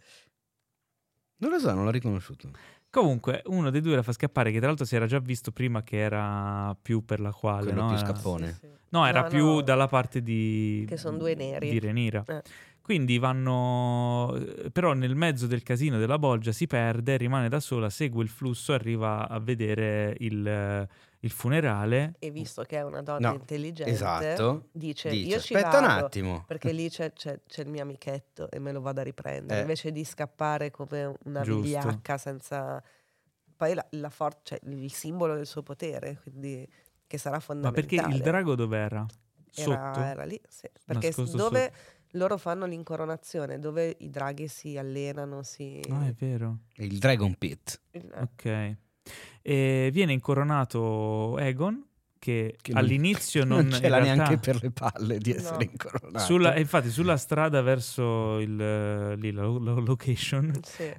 Speaker 2: Non lo so, non l'ho riconosciuto.
Speaker 1: Comunque uno dei due la fa scappare, che tra l'altro si era già visto prima che era più per la quale,
Speaker 2: Quello
Speaker 1: no?
Speaker 2: più
Speaker 1: Era-
Speaker 2: scappone.
Speaker 3: Sì.
Speaker 1: No, era più
Speaker 3: no,
Speaker 1: dalla parte di
Speaker 3: che son due neri.
Speaker 1: di Rhaenyra.
Speaker 3: Eh.
Speaker 1: Quindi vanno, però nel mezzo del casino della bolgia si perde, rimane da sola, segue il flusso, arriva a vedere il funerale.
Speaker 3: E visto che è una donna
Speaker 2: No,
Speaker 3: intelligente,
Speaker 2: esatto.
Speaker 3: dice io ci
Speaker 2: aspetta un
Speaker 3: vado
Speaker 2: attimo.
Speaker 3: perché lì c'è il mio amichetto e me lo vado a riprendere,
Speaker 2: Eh.
Speaker 3: invece di scappare come una
Speaker 1: Giusto.
Speaker 3: vigliacca senza... Poi cioè, il simbolo del suo potere, quindi che sarà
Speaker 1: Ma
Speaker 3: fondamentale.
Speaker 1: perché il drago dov'era? Sotto?
Speaker 3: Era lì, sì. Perché
Speaker 1: Nascosto
Speaker 3: dove loro fanno l'incoronazione, dove i draghi si allenano,
Speaker 1: Ah, è vero.
Speaker 2: Il Dragon Pit.
Speaker 1: Ok. E viene incoronato Aegon, che
Speaker 2: Che
Speaker 1: all'inizio
Speaker 2: non ce
Speaker 1: in
Speaker 2: l'ha
Speaker 1: realtà-
Speaker 2: neanche per le palle di
Speaker 3: No.
Speaker 2: essere incoronato.
Speaker 1: infatti sulla strada verso lì, la location
Speaker 3: Sì.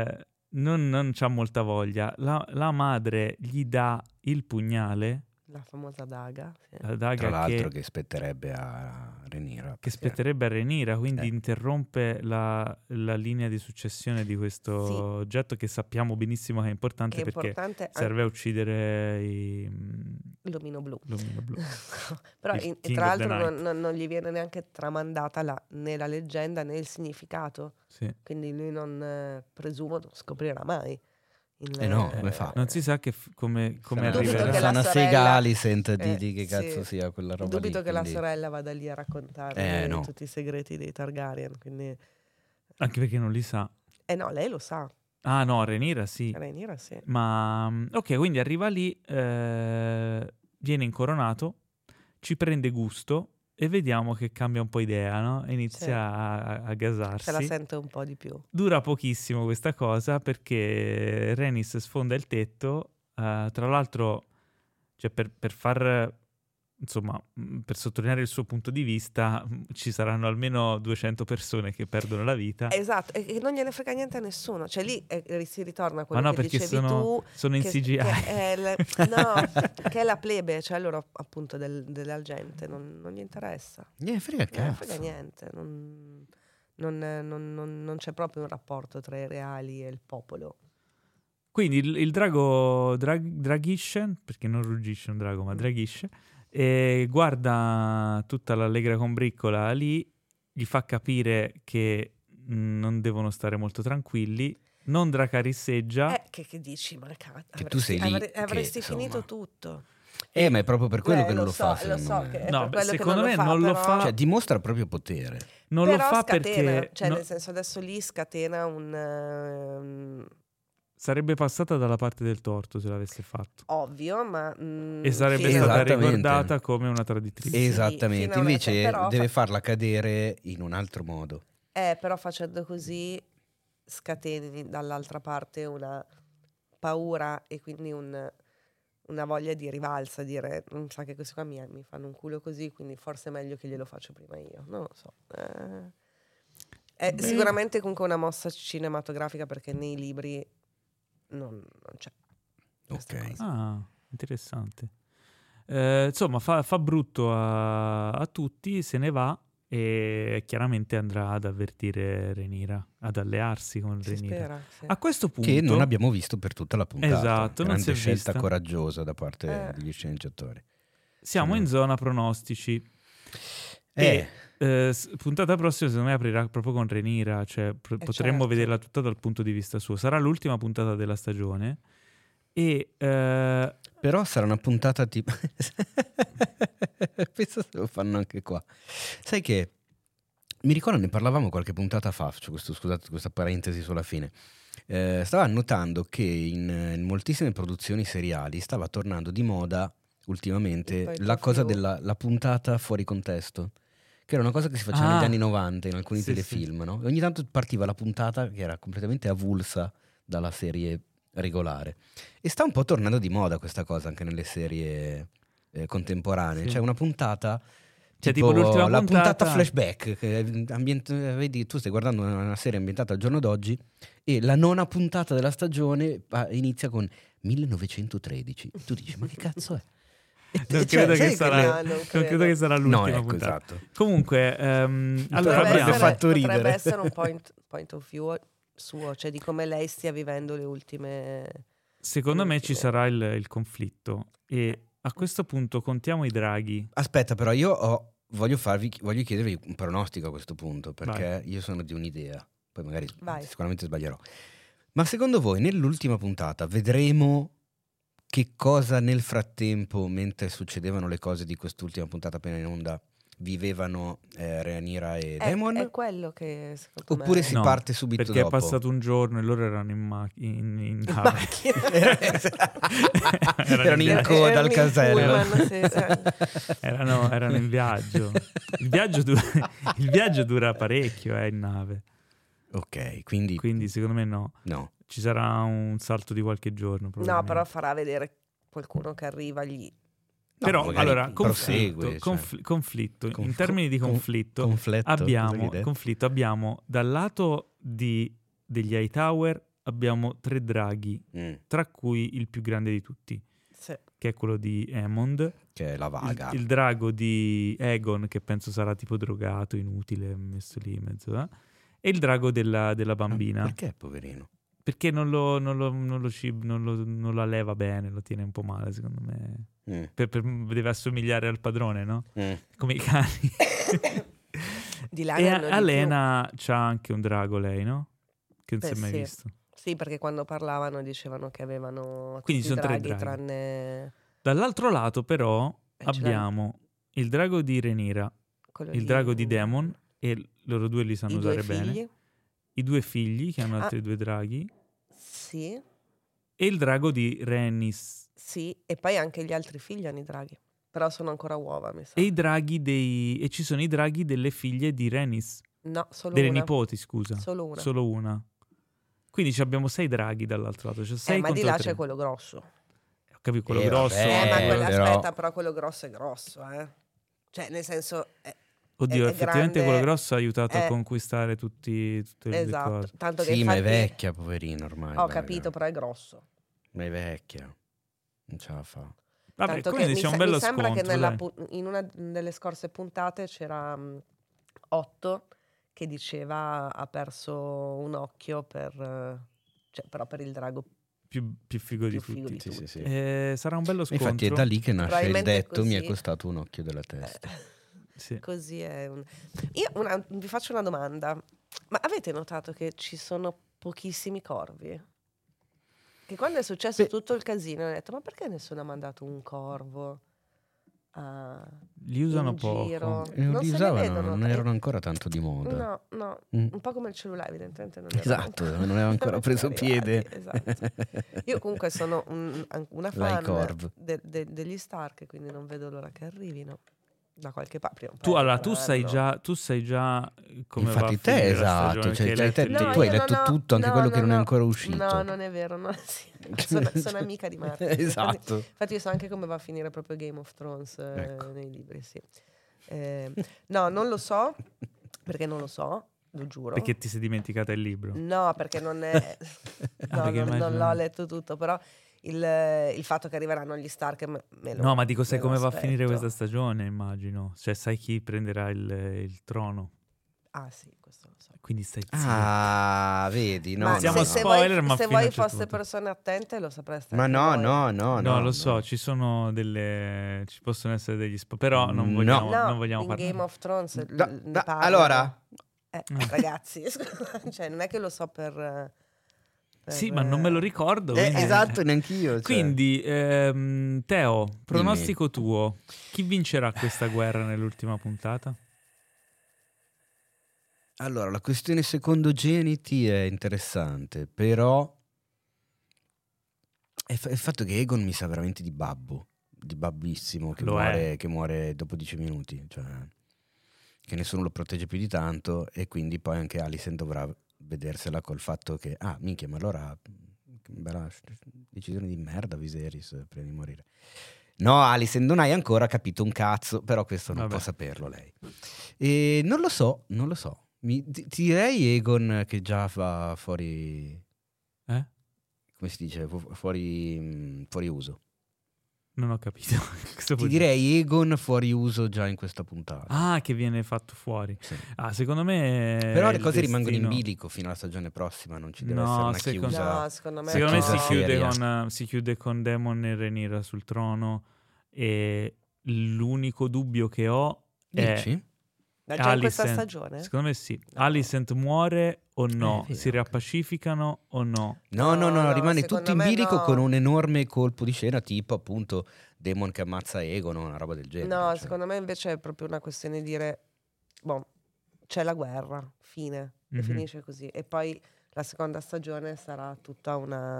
Speaker 1: non c'ha molta voglia. La madre gli dà il pugnale,
Speaker 3: La famosa daga. Sì.
Speaker 1: la daga
Speaker 2: Tra l'altro che spetterebbe a Rhaenyra.
Speaker 1: che spetterebbe a Rhaenyra, quindi
Speaker 2: Eh.
Speaker 1: interrompe la linea di successione di questo
Speaker 3: Sì.
Speaker 1: oggetto che sappiamo benissimo che è importante
Speaker 3: Che è
Speaker 1: perché
Speaker 3: importante
Speaker 1: serve a uccidere
Speaker 3: l'omino blu.
Speaker 1: l'omino blu.
Speaker 3: Però
Speaker 1: Il King
Speaker 3: tra
Speaker 1: of the
Speaker 3: l'altro
Speaker 1: Night.
Speaker 3: non gli viene neanche tramandata né la leggenda né il significato,
Speaker 1: Sì.
Speaker 3: quindi lui non presumo non scoprirà mai.
Speaker 2: No, come fa?
Speaker 1: Non si sa come
Speaker 3: Dubito
Speaker 1: arriverà.
Speaker 3: che la
Speaker 2: Sana
Speaker 3: sorella-
Speaker 2: Sega Alicent di che
Speaker 3: sì.
Speaker 2: cazzo sia quella roba
Speaker 3: Dubito
Speaker 2: lì,
Speaker 3: che la
Speaker 2: quindi-
Speaker 3: sorella vada lì a raccontare
Speaker 2: No.
Speaker 3: tutti i segreti dei Targaryen, quindi...
Speaker 1: Anche perché non li sa.
Speaker 3: no, lei lo sa,
Speaker 1: Ah no, Rhaenyra sì.
Speaker 3: Rhaenyra sì.
Speaker 1: Ma ok, quindi arriva lì, viene incoronato, ci prende gusto e vediamo che cambia un po' idea, no? E inizia
Speaker 3: Sì.
Speaker 1: a
Speaker 3: Se la
Speaker 1: gasarsi.
Speaker 3: sente un po' di più.
Speaker 1: Dura pochissimo questa cosa perché Rhaenys sfonda il tetto, tra l'altro, cioè per far, insomma, per sottolineare il suo punto di vista, ci saranno almeno 200 persone che perdono la vita.
Speaker 3: Esatto, e non gliene frega niente a nessuno. Cioè lì si ritorna a quello
Speaker 1: Ma no,
Speaker 3: che
Speaker 1: perché
Speaker 3: dicevi
Speaker 1: sono in
Speaker 3: che,
Speaker 1: CGI.
Speaker 3: che è che è la plebe, cioè loro appunto della gente, non gli interessa.
Speaker 2: Niente, frega
Speaker 3: Non gliene
Speaker 2: cazzo.
Speaker 3: frega niente. Non c'è proprio un rapporto tra i reali e il popolo.
Speaker 1: Quindi il drago draghisce, perché non ruggisce un drago, ma draghisce, e guarda tutta l'allegra combriccola lì, gli fa capire che non devono stare molto tranquilli, non dracarisseggia.
Speaker 3: Che dici, ma
Speaker 2: Che tu sei lì,
Speaker 3: avresti
Speaker 2: che,
Speaker 3: finito
Speaker 2: insomma.
Speaker 3: tutto.
Speaker 2: Ma è proprio per quello che non lo
Speaker 3: so,
Speaker 2: fa,
Speaker 3: lo
Speaker 2: secondo
Speaker 3: so
Speaker 2: me.
Speaker 3: che è
Speaker 1: No,
Speaker 3: per quello
Speaker 1: secondo
Speaker 3: che
Speaker 1: me
Speaker 3: non
Speaker 1: non
Speaker 3: lo
Speaker 1: lo
Speaker 3: fa,
Speaker 1: fa.
Speaker 3: però-
Speaker 2: Cioè, dimostra proprio potere.
Speaker 1: Non lo
Speaker 3: però
Speaker 1: fa
Speaker 3: scatena,
Speaker 1: perché
Speaker 3: cioè
Speaker 1: no-
Speaker 3: nel senso adesso lì scatena un
Speaker 1: sarebbe passata dalla parte del torto se l'avesse fatto.
Speaker 3: ovvio, ma
Speaker 1: E sarebbe
Speaker 3: fino-
Speaker 1: stata
Speaker 2: Esattamente.
Speaker 1: ricordata come una traditrice.
Speaker 3: Sì,
Speaker 2: Esattamente,
Speaker 3: fino a una
Speaker 2: invece
Speaker 3: però
Speaker 2: deve
Speaker 3: fa-
Speaker 2: farla cadere in un altro modo.
Speaker 3: però facendo così scateni dall'altra parte una paura e quindi una voglia di rivalsa, dire non sa che questi qua mi fanno un culo così, quindi forse è meglio che glielo faccio prima io, non lo so. È sicuramente comunque una mossa cinematografica perché nei libri non c'è questa
Speaker 2: Ok.
Speaker 3: cosa.
Speaker 1: Ah, interessante. Insomma, fa brutto a tutti, se ne va e chiaramente andrà ad avvertire Rhaenyra, ad allearsi con
Speaker 3: Si
Speaker 1: Rhaenyra.
Speaker 3: spera, sì.
Speaker 1: A questo punto,
Speaker 2: Che non abbiamo visto per tutta la puntata.
Speaker 1: Esatto, non si
Speaker 2: Grande
Speaker 1: è
Speaker 2: scelta
Speaker 1: vista.
Speaker 2: coraggiosa da parte degli sceneggiatori.
Speaker 1: siamo in zona pronostici.
Speaker 2: Eh,
Speaker 1: Puntata prossima secondo me aprirà proprio con Rhaenyra, cioè potremmo
Speaker 3: certo.
Speaker 1: vederla tutta dal punto di vista suo. Sarà l'ultima puntata della stagione e
Speaker 2: però sarà una puntata tipo... Penso se lo fanno anche qua. Sai che... Mi ricordo, ne parlavamo qualche puntata fa, scusate questa parentesi sulla fine. Stavo notando che in moltissime produzioni seriali stava tornando di moda ultimamente
Speaker 3: Point
Speaker 2: la
Speaker 3: of
Speaker 2: cosa
Speaker 3: view.
Speaker 2: della puntata fuori contesto, che era una cosa che si faceva negli anni 90 in alcuni
Speaker 1: sì,
Speaker 2: telefilm, no? Ogni tanto partiva la puntata che era completamente avulsa dalla serie regolare. E sta un po' tornando di moda questa cosa anche nelle serie contemporanee.
Speaker 1: Sì.
Speaker 2: C'è una puntata,
Speaker 1: Cioè, tipo l'ultima
Speaker 2: la puntata
Speaker 1: puntata-
Speaker 2: flashback, che vedi, tu stai guardando una serie ambientata al giorno d'oggi e la nona puntata della stagione inizia con 1913. Tu dici, ma che cazzo è?
Speaker 1: Non
Speaker 2: Cioè,
Speaker 1: credo
Speaker 2: sai
Speaker 1: che sarà,
Speaker 3: non
Speaker 1: non
Speaker 3: credo.
Speaker 1: credo che sarà l'ultima
Speaker 2: No, ecco,
Speaker 1: puntata.
Speaker 2: esatto.
Speaker 1: Comunque, allora
Speaker 2: Potrebbe
Speaker 1: abbiamo...
Speaker 2: fatto ridere.
Speaker 3: Potrebbe essere un point of view suo, cioè di come lei stia vivendo le ultime...
Speaker 1: Secondo me ci
Speaker 3: Ultime.
Speaker 1: sarà il conflitto e a questo punto contiamo i draghi.
Speaker 2: Aspetta, però voglio chiedervi un pronostico a questo punto, perché io sono di un'idea, poi magari
Speaker 3: Vai.
Speaker 2: sicuramente sbaglierò. Ma secondo voi nell'ultima puntata vedremo che cosa nel frattempo, mentre succedevano le cose di quest'ultima puntata appena in onda, vivevano Rhaenyra e Daemon?
Speaker 3: È quello che secondo me...
Speaker 2: Oppure si
Speaker 1: No,
Speaker 2: parte subito
Speaker 1: perché
Speaker 2: dopo?
Speaker 1: è passato un giorno e loro erano in
Speaker 3: in
Speaker 1: nave.
Speaker 3: macchina.
Speaker 2: Erano in coda al
Speaker 3: Erano in
Speaker 2: casello.
Speaker 3: pullman, sì.
Speaker 1: erano in viaggio. Il viaggio dura parecchio in nave.
Speaker 2: Ok, quindi
Speaker 1: Quindi secondo me no.
Speaker 2: no.
Speaker 1: Ci sarà un salto di qualche giorno.
Speaker 3: No,
Speaker 1: probabilmente.
Speaker 3: però farà vedere qualcuno che arriva gli...
Speaker 1: Però
Speaker 2: magari
Speaker 1: allora,
Speaker 2: prosegue,
Speaker 1: conflitto, in termini di conflitto, abbiamo dal lato degli Hightower abbiamo 3 draghi, tra cui il più grande di tutti,
Speaker 3: Sì.
Speaker 1: che è quello di Aemond,
Speaker 2: Che è la vaga.
Speaker 1: il drago di Aegon, che penso sarà tipo drogato, inutile, messo lì in mezzo, e il drago della bambina.
Speaker 2: Perché, poverino?
Speaker 1: Perché non lo alleva bene, lo tiene un po' male, secondo me. Deve assomigliare al padrone, no? Come i cani.
Speaker 3: Di là
Speaker 1: E
Speaker 3: ne hanno di
Speaker 1: Alena c'ha anche un drago, lei, no? Che non si è mai
Speaker 3: sì.
Speaker 1: visto.
Speaker 3: Sì, perché quando parlavano dicevano che avevano
Speaker 1: Quindi
Speaker 3: tutti i
Speaker 1: sono 3
Speaker 3: draghi,
Speaker 1: draghi.
Speaker 3: tranne
Speaker 1: Dall'altro lato, però,
Speaker 3: ce
Speaker 1: abbiamo il drago di Rhaenyra,
Speaker 3: quello
Speaker 1: il drago di Daemon, e loro due li sanno
Speaker 3: i due
Speaker 1: usare bene.
Speaker 3: figli.
Speaker 1: I 2 figli, che hanno altri 2 draghi,
Speaker 3: Sì,
Speaker 1: e il drago di Rhaenys.
Speaker 3: sì, e poi anche gli altri figli hanno i draghi. Però sono ancora uova, mi sa.
Speaker 1: E i draghi e ci sono i draghi delle figlie di Rhaenys.
Speaker 3: No, solo
Speaker 1: Delle
Speaker 3: una.
Speaker 1: nipoti, scusa.
Speaker 3: Solo una.
Speaker 1: Solo una. Quindi abbiamo 6 draghi dall'altro lato. Cioè 6
Speaker 3: ma di
Speaker 1: contro
Speaker 3: là
Speaker 1: 3.
Speaker 3: c'è quello grosso.
Speaker 1: Ho capito quello
Speaker 2: vabbè.
Speaker 1: grosso.
Speaker 3: Ma
Speaker 2: però-
Speaker 3: aspetta, però quello grosso è grosso, Cioè, nel senso...
Speaker 1: Oddio,
Speaker 3: è
Speaker 1: effettivamente
Speaker 3: grande,
Speaker 1: quello grosso ha aiutato a
Speaker 3: è-
Speaker 1: conquistare tutte le
Speaker 3: Esatto.
Speaker 1: cose.
Speaker 3: Tanto che
Speaker 2: Sì, ma è
Speaker 3: infatti...
Speaker 2: vecchia, poverina, ormai.
Speaker 3: Ho
Speaker 2: vaga.
Speaker 3: capito, però è grosso.
Speaker 2: Ma è vecchia. Non ce la fa.
Speaker 1: Vabbè,
Speaker 3: Tanto che
Speaker 1: quindi c'è un bello
Speaker 3: mi sembra
Speaker 1: scontro.
Speaker 3: che
Speaker 1: dai.
Speaker 3: in una delle scorse puntate c'era Otto che diceva ha perso un occhio però per il drago.
Speaker 1: più figo di
Speaker 3: più figo
Speaker 1: tutti.
Speaker 3: di
Speaker 2: Sì, sì, sì.
Speaker 1: Sarà un bello scontro.
Speaker 2: Infatti è da lì che nasce il
Speaker 3: Probabilmente
Speaker 2: detto mi è
Speaker 3: così.
Speaker 2: costato un occhio della testa.
Speaker 1: Sì.
Speaker 3: Così è Io vi faccio una domanda. Ma avete notato che ci sono pochissimi corvi? Che quando è successo tutto il casino ho detto ma perché nessuno ha mandato un corvo
Speaker 1: Li usano
Speaker 3: in
Speaker 1: poco.
Speaker 3: giro?
Speaker 2: Non li
Speaker 3: se ne
Speaker 2: usavano,
Speaker 3: vedono.
Speaker 2: non erano ancora tanto di moda.
Speaker 3: No,
Speaker 2: Mm.
Speaker 3: un po' come il cellulare evidentemente non
Speaker 2: Esatto, non aveva ancora preso piede.
Speaker 3: Esatto. Io comunque sono una fan
Speaker 2: Corv.
Speaker 3: degli Stark, quindi non vedo l'ora che arrivino da qualche parte.
Speaker 1: Tu sai già come
Speaker 2: Infatti
Speaker 1: va a
Speaker 2: te
Speaker 1: finire la
Speaker 2: esatto,
Speaker 1: stagione,
Speaker 2: cioè,
Speaker 1: che
Speaker 2: te,
Speaker 1: hai
Speaker 3: No,
Speaker 2: tu hai
Speaker 3: io
Speaker 2: letto
Speaker 3: non ho-
Speaker 2: tutto, anche
Speaker 3: no,
Speaker 2: quello che
Speaker 3: no,
Speaker 2: non è
Speaker 3: no.
Speaker 2: ancora uscito.
Speaker 3: No, non è vero. Sono amica di Martin.
Speaker 2: Esatto.
Speaker 3: Infatti io so anche come va a finire proprio Game of Thrones
Speaker 2: Ecco.
Speaker 3: nei libri, sì. No, non lo so, perché non lo so, lo giuro.
Speaker 1: Perché ti sei dimenticata il libro.
Speaker 3: No, perché non è... no,
Speaker 1: perché
Speaker 3: non
Speaker 1: immagino-
Speaker 3: l'ho letto tutto, però il fatto che arriveranno gli Stark me lo
Speaker 1: No, ma dico, sai
Speaker 3: me lo
Speaker 1: come va a finire
Speaker 3: aspetto.
Speaker 1: questa stagione, immagino. Cioè, sai chi prenderà il trono.
Speaker 3: Ah sì, questo lo so.
Speaker 1: Quindi stai zitto.
Speaker 2: Ah, vedi, no.
Speaker 3: Ma
Speaker 1: siamo
Speaker 2: no,
Speaker 3: se
Speaker 2: no.
Speaker 1: spoiler, ma
Speaker 3: se
Speaker 1: fino a
Speaker 3: voi
Speaker 1: un certo
Speaker 3: foste
Speaker 1: punto.
Speaker 3: persone attente lo sapreste
Speaker 2: Ma
Speaker 3: anche
Speaker 2: no,
Speaker 3: voi.
Speaker 2: no,
Speaker 1: lo so, ci sono ci possono essere degli però non
Speaker 2: No.
Speaker 1: vogliamo,
Speaker 3: No,
Speaker 1: non vogliamo
Speaker 3: in
Speaker 1: parlare.
Speaker 3: Game of Thrones
Speaker 2: Da-
Speaker 3: ne
Speaker 2: da-
Speaker 3: parlano.
Speaker 2: allora,
Speaker 3: Ragazzi, cioè non è che lo so per
Speaker 1: Sì, ma non me lo ricordo. quindi-
Speaker 2: esatto, neanch'io. Cioè.
Speaker 1: Quindi, Teo, pronostico tuo. Chi vincerà questa guerra nell'ultima puntata?
Speaker 2: Allora, la questione secondogeniti è interessante, però il fatto che Aegon mi sa veramente di babbo. di babbissimo che
Speaker 1: Lo è.
Speaker 2: muore dopo 10 minuti, cioè che nessuno lo protegge più di tanto, e quindi poi anche Alicent dovrà vedersela col fatto che minchia, ma allora che bella decisione di merda Viserys prima di morire. No, Alicent, non hai ancora capito un cazzo, però questo non
Speaker 1: Vabbè.
Speaker 2: può saperlo lei. E non lo so. Ti direi Aegon che già va fuori, come si dice, fuori uso.
Speaker 1: Non ho capito. Cosa
Speaker 2: Ti
Speaker 1: vuol dire?
Speaker 2: direi Aegon fuori uso già in questa puntata.
Speaker 1: Ah, che viene fatto fuori.
Speaker 2: Sì.
Speaker 1: Secondo me
Speaker 2: Però le
Speaker 1: il
Speaker 2: cose rimangono in
Speaker 1: destino-
Speaker 2: bilico fino alla stagione prossima, non ci deve
Speaker 1: No,
Speaker 2: essere una
Speaker 1: secondo-
Speaker 2: chiusa.
Speaker 3: No, secondo me
Speaker 1: Secondo me
Speaker 3: no.
Speaker 1: si chiude con Daemon e Rhaenyra sul trono, e l'unico dubbio che ho è
Speaker 2: Dici?
Speaker 3: Ma già in questa
Speaker 1: Alicent.
Speaker 3: stagione?
Speaker 1: Secondo me sì. Alicent muore o no?
Speaker 2: vero,
Speaker 1: Si
Speaker 2: ok.
Speaker 1: riappacificano o no?
Speaker 2: No,
Speaker 3: No,
Speaker 2: rimane
Speaker 3: secondo
Speaker 2: tutto in
Speaker 3: me
Speaker 2: bilico
Speaker 3: no.
Speaker 2: con un enorme colpo di scena, tipo appunto Daemon che ammazza Aegon o una roba del genere.
Speaker 3: No,
Speaker 2: cioè.
Speaker 3: secondo me invece è proprio una questione di dire, boh, c'è la guerra, fine, e
Speaker 1: Mhm.
Speaker 3: finisce così. E poi la seconda stagione sarà tutta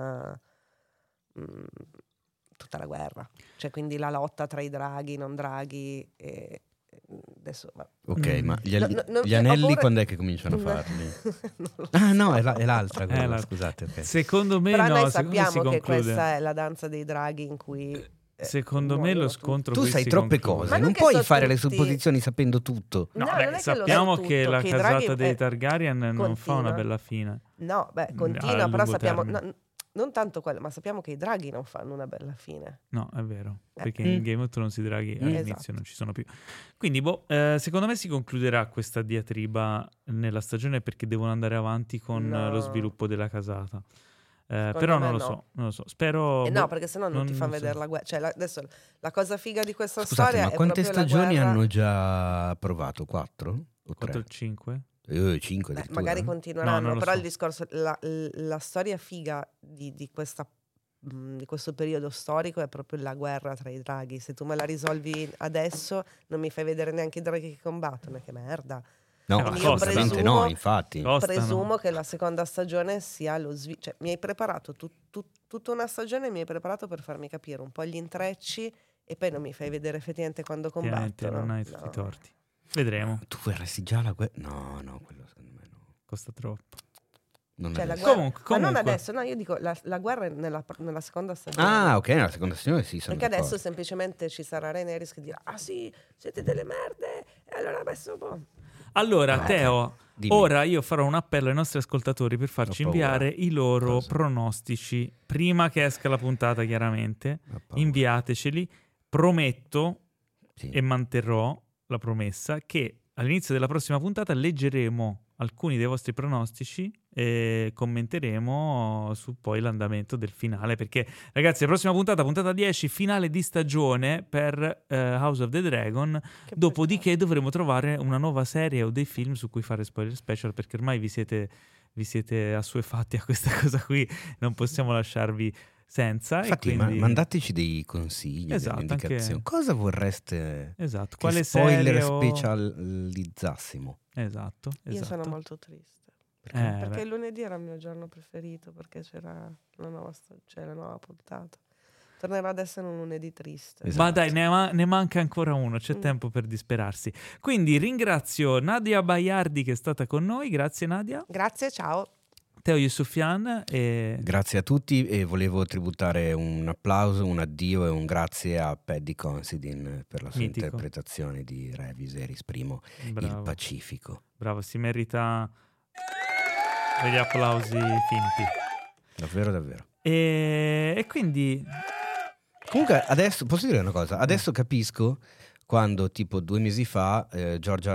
Speaker 3: tutta la guerra. Cioè, quindi la lotta tra i draghi, non draghi, e adesso... vabbè.
Speaker 2: Ok, ma gli,
Speaker 3: No,
Speaker 2: gli
Speaker 3: ho
Speaker 2: anelli
Speaker 3: paura-
Speaker 2: quando è che cominciano a farli?
Speaker 3: Non lo
Speaker 2: Ah
Speaker 3: so.
Speaker 2: no, è l'altra quella,
Speaker 1: la-
Speaker 2: scusate. Ok.
Speaker 1: Secondo me
Speaker 3: Però
Speaker 1: no,
Speaker 3: noi
Speaker 1: secondo me si
Speaker 3: sappiamo che
Speaker 1: conclude.
Speaker 3: questa è la danza dei draghi in cui
Speaker 1: Secondo me
Speaker 3: muoiono
Speaker 1: lo
Speaker 3: tutti.
Speaker 1: scontro
Speaker 2: Tu
Speaker 1: qui
Speaker 2: sai
Speaker 1: si
Speaker 2: troppe
Speaker 1: conclude.
Speaker 2: cose,
Speaker 3: Ma
Speaker 2: non
Speaker 3: non che
Speaker 2: puoi
Speaker 3: so
Speaker 2: fare le
Speaker 3: tutti.
Speaker 2: supposizioni sapendo tutto.
Speaker 1: No,
Speaker 3: No,
Speaker 1: beh,
Speaker 3: non è che lo
Speaker 1: sappiamo
Speaker 3: sai
Speaker 1: che
Speaker 3: tutto,
Speaker 1: la
Speaker 3: che i
Speaker 1: casata
Speaker 3: draghi,
Speaker 1: dei Targaryen non fa una
Speaker 3: continua.
Speaker 1: bella fine.
Speaker 3: No, beh,
Speaker 1: a
Speaker 3: continua, però
Speaker 1: lungo
Speaker 3: sappiamo...
Speaker 1: termine.
Speaker 3: non tanto quello, ma sappiamo che i draghi non fanno una bella fine.
Speaker 1: No, è vero, perché
Speaker 2: Mm.
Speaker 1: in Game of Thrones i draghi all'inizio
Speaker 3: Esatto.
Speaker 1: non ci sono più. Quindi, secondo me si concluderà questa diatriba nella stagione, perché devono andare avanti con
Speaker 3: No.
Speaker 1: lo sviluppo della casata.
Speaker 3: Secondo
Speaker 1: Però
Speaker 3: me
Speaker 1: non lo
Speaker 3: no.
Speaker 1: so, non lo so. Spero...
Speaker 3: No, perché sennò non ti fanno
Speaker 1: so.
Speaker 3: vedere la guerra. Cioè, adesso la cosa figa di questa
Speaker 2: Scusate,
Speaker 3: storia
Speaker 2: ma
Speaker 3: è
Speaker 2: quante
Speaker 3: proprio la
Speaker 2: stagioni
Speaker 3: guerra.
Speaker 2: hanno già provato? 4? O
Speaker 1: 4 o
Speaker 2: 3?
Speaker 1: 5?
Speaker 2: 5
Speaker 3: Beh,
Speaker 2: addirittura?
Speaker 3: magari
Speaker 1: No,
Speaker 3: continueranno,
Speaker 1: non lo
Speaker 3: però
Speaker 1: so.
Speaker 3: il discorso, la storia figa di questo periodo storico è proprio la guerra tra i draghi. Se tu me la risolvi adesso, non mi fai vedere neanche i draghi che combattono, che merda.
Speaker 2: No,
Speaker 3: Quindi
Speaker 1: io
Speaker 2: assolutamente
Speaker 3: presumo-
Speaker 2: no, infatti.
Speaker 1: Costano.
Speaker 3: Presumo che la seconda stagione sia lo sviluppo. Cioè, mi hai preparato tutta una stagione, mi hai preparato per farmi capire un po' gli intrecci, e poi non mi fai vedere effettivamente quando
Speaker 1: Ovviamente
Speaker 3: combattono.
Speaker 1: non hai tutti
Speaker 3: No.
Speaker 1: i torti. Vedremo,
Speaker 2: Tu vorresti già la guerra? No, quello secondo me no.
Speaker 1: costa troppo.
Speaker 2: Non
Speaker 3: Cioè, la
Speaker 2: adesso.
Speaker 3: guerra...
Speaker 1: Comunque.
Speaker 3: Ma non adesso, no, io dico la guerra è nella seconda stagione.
Speaker 2: Ah, ok, nella seconda stagione sì, sono
Speaker 3: Perché adesso
Speaker 2: d'accordo.
Speaker 3: semplicemente ci sarà Rhaenyra che dirà: ah sì, siete delle merde, e allora adesso boh.
Speaker 1: Allora,
Speaker 2: No.
Speaker 1: Teo,
Speaker 2: Dimmi.
Speaker 1: ora io farò un appello ai nostri ascoltatori per farci
Speaker 2: Ho paura.
Speaker 1: inviare i loro
Speaker 2: Cosa?
Speaker 1: pronostici prima che esca la puntata, chiaramente.
Speaker 2: Ho paura.
Speaker 1: Inviateceli. Prometto
Speaker 2: Sì.
Speaker 1: e manterrò la promessa che all'inizio della prossima puntata leggeremo alcuni dei vostri pronostici e commenteremo su poi l'andamento del finale, perché ragazzi, la prossima puntata 10, finale di stagione per House of the Dragon.
Speaker 3: Che
Speaker 1: Dopodiché dovremo trovare una nuova serie o dei film su cui fare spoiler special, perché ormai vi siete assuefatti a questa cosa qui, non possiamo lasciarvi senza.
Speaker 2: Infatti,
Speaker 1: e quindi...
Speaker 2: mandateci dei consigli,
Speaker 1: Esatto,
Speaker 2: delle indicazioni.
Speaker 1: anche-
Speaker 2: Cosa vorreste
Speaker 1: Esatto,
Speaker 2: che
Speaker 1: quale
Speaker 2: spoiler
Speaker 1: serie o-
Speaker 2: specializzassimo?
Speaker 1: Esatto,
Speaker 3: Io sono
Speaker 1: esatto.
Speaker 3: molto triste.
Speaker 1: Beh.
Speaker 3: Perché il lunedì era il mio giorno preferito, perché c'era la nuova puntata. Tornerà ad essere un lunedì triste.
Speaker 2: Esatto.
Speaker 1: Ma dai, ne manca ancora uno, c'è tempo per disperarsi. Quindi ringrazio Nadia Baiardi che è stata con noi, grazie Nadia,
Speaker 3: Grazie, ciao.
Speaker 1: Teo Yusufian e...
Speaker 2: Grazie a tutti, e volevo tributare un applauso, un addio e un grazie a Paddy Considine per la sua
Speaker 1: Mitico.
Speaker 2: interpretazione di Re Viserys I, il
Speaker 1: Bravo,
Speaker 2: Pacifico.
Speaker 1: bravo, si merita degli applausi finti.
Speaker 2: Davvero, davvero.
Speaker 1: E quindi...
Speaker 2: Comunque adesso, posso dire una cosa? Adesso capisco quando tipo 2 mesi fa George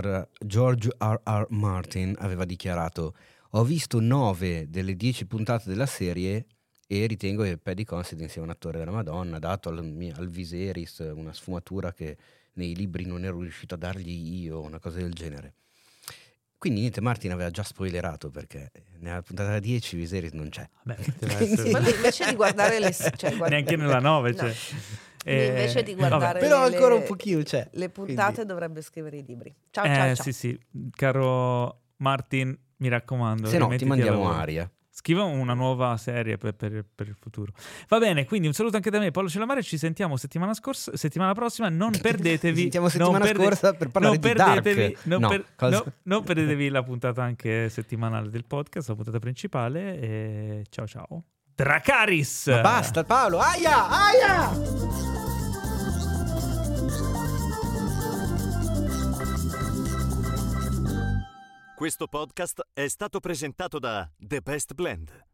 Speaker 2: R.R. Martin aveva dichiarato: ho visto 9 delle 10 puntate della serie e ritengo che Paddy Considine sia un attore della Madonna, dato al Viserys una sfumatura che nei libri non ero riuscito a dargli io, una cosa del genere. Quindi niente, Martin aveva già spoilerato, perché nella puntata 10 Viserys non c'è.
Speaker 1: Vabbè, poteva essere-
Speaker 3: Ma lui invece di guardare le...
Speaker 1: neanche nella 9
Speaker 3: No.
Speaker 1: cioè.
Speaker 3: Lui invece di guardare
Speaker 2: Però
Speaker 3: le-
Speaker 2: ancora un pochino c'è.
Speaker 3: le puntate
Speaker 2: Quindi-
Speaker 3: dovrebbe scrivere i libri. Ciao, ciao, ciao.
Speaker 1: Sì, caro Martin, mi raccomando.
Speaker 2: Se no ti
Speaker 1: rimettiti al
Speaker 2: mandiamo
Speaker 1: lavoro.
Speaker 2: Aria.
Speaker 1: Scriva una nuova serie per il futuro. Va bene, quindi un saluto anche da me, Paolo Cellamare. Ci sentiamo settimana prossima. Non perdetevi.
Speaker 2: Ci sentiamo settimana scorsa per parlare di Dark.
Speaker 1: Non perdetevi la puntata anche settimanale del podcast, la puntata principale. E ciao. Dracarys!
Speaker 2: Ma basta, Paolo! Aia!
Speaker 4: Questo podcast è stato presentato da The Best Blend.